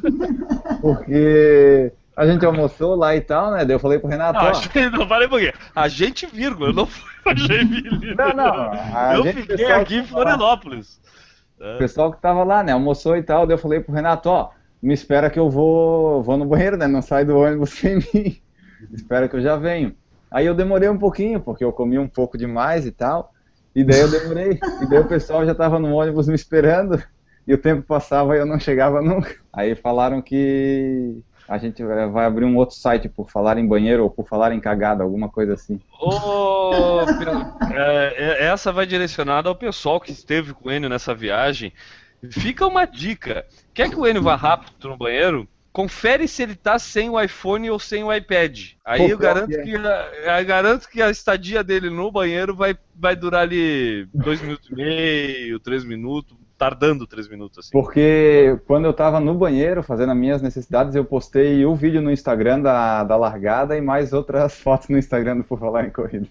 S4: Porque a gente almoçou lá e tal, né? Daí eu falei pro Renato,
S3: Não,
S4: ó,
S3: a gente, não falei por quê. A gente, vírgula, eu não fui pra Joinville.
S4: Não, não, a
S3: Eu
S4: gente,
S3: fiquei
S4: pessoal,
S3: aqui em
S4: que tava lá.
S3: Florianópolis.
S4: O pessoal que tava lá, né, almoçou e tal, daí eu falei pro Renato, ó, me espera que eu vou, vou no banheiro, né, não sai do ônibus sem mim, espera que eu já venho. Aí eu demorei um pouquinho, porque eu comi um pouco demais e tal, e daí eu demorei, e daí o pessoal já tava no ônibus me esperando, e o tempo passava e eu não chegava nunca. Aí falaram que a gente vai abrir um outro site por falar em banheiro ou por falar em cagada, alguma coisa assim.
S3: Ô, Pe- é, essa vai direcionada ao pessoal que esteve com o Enio nessa viagem. Fica uma dica. Quer que o Enio vá rápido no banheiro? Confere se ele tá sem o iPhone ou sem o iPad. Aí eu
S4: Pô,
S3: garanto
S4: pior
S3: que, a, eu garanto que a estadia dele no banheiro vai, vai durar ali dois minutos e meio, três minutos, tardando três minutos assim.
S4: Porque quando eu tava no banheiro fazendo as minhas necessidades, eu postei o vídeo no Instagram da, da largada e mais outras fotos no Instagram do Por Falar em Corrida.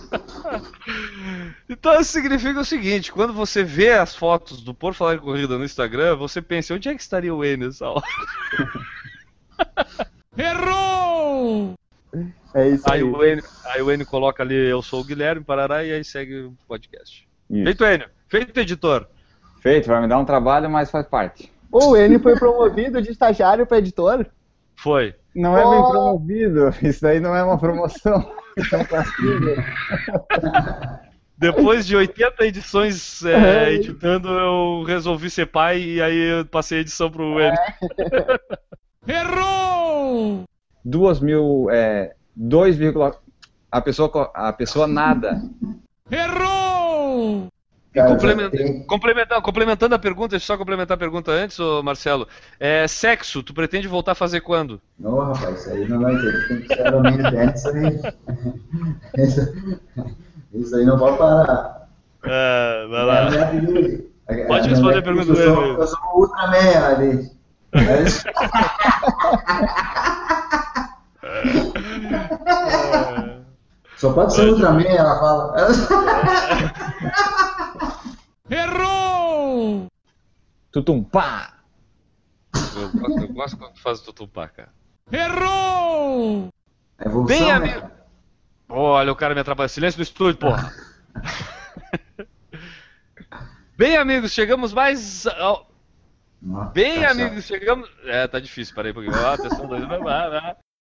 S3: Então isso significa o seguinte, quando você vê as fotos do Por Falar em Corrida no Instagram, você pensa, onde é que estaria o Enio nessa hora?
S2: Errou!
S6: É isso
S3: Aí
S6: aí.
S3: o, Enio, aí o Enio coloca ali, eu sou o Guilherme Parará, e aí segue o podcast.
S4: Isso.
S3: Feito, Enio. Feito, editor.
S4: Feito, vai me dar um trabalho, mas faz parte.
S6: O Enio foi promovido de estagiário para editor.
S3: Foi.
S4: Não é bem
S6: Oh!
S4: promovido, isso daí não é uma promoção. Isso é um castigo.
S3: Depois de oitenta edições é, editando, eu resolvi ser pai e aí eu passei a edição pro Enio.
S2: Errou!
S4: Duas mil, é, dois, a pessoa, co- a pessoa nada.
S2: Errou!
S3: E
S5: Cara,
S3: complementa-
S5: já tem-
S3: complementando, complementando a pergunta, deixa eu só complementar a pergunta antes, ô Marcelo. É, sexo, tu pretende voltar a fazer quando?
S5: Ô, rapaz, isso aí não vai ter. Tem que ser realmente antes aí. Isso, isso aí não pode parar.
S3: É, vai
S5: É a
S3: lá.
S5: minha atitude.
S3: Pode
S5: É,
S3: responder
S5: é,
S3: a pergunta
S5: eu
S3: do
S5: sou,
S3: Enio.
S5: eu sou o Ultraman, ali. É isso. Só pode ser Ultraman, ela fala.
S2: Errou!
S4: Tutum, pá!
S3: Eu gosto, eu gosto quando tu faz o tutupá, cara.
S2: Errou!
S5: É evolução,
S3: Bem,
S5: né?
S3: amigo. Olha, o cara me atrapalha. Silêncio no estúdio, porra. Bem, amigos, chegamos mais. ao-
S5: Nossa,
S3: Bem,
S5: tá
S3: amigos, chegamos. É, tá difícil, parei um pouquinho. Ó, atenção, dois. Vai, vai, vai.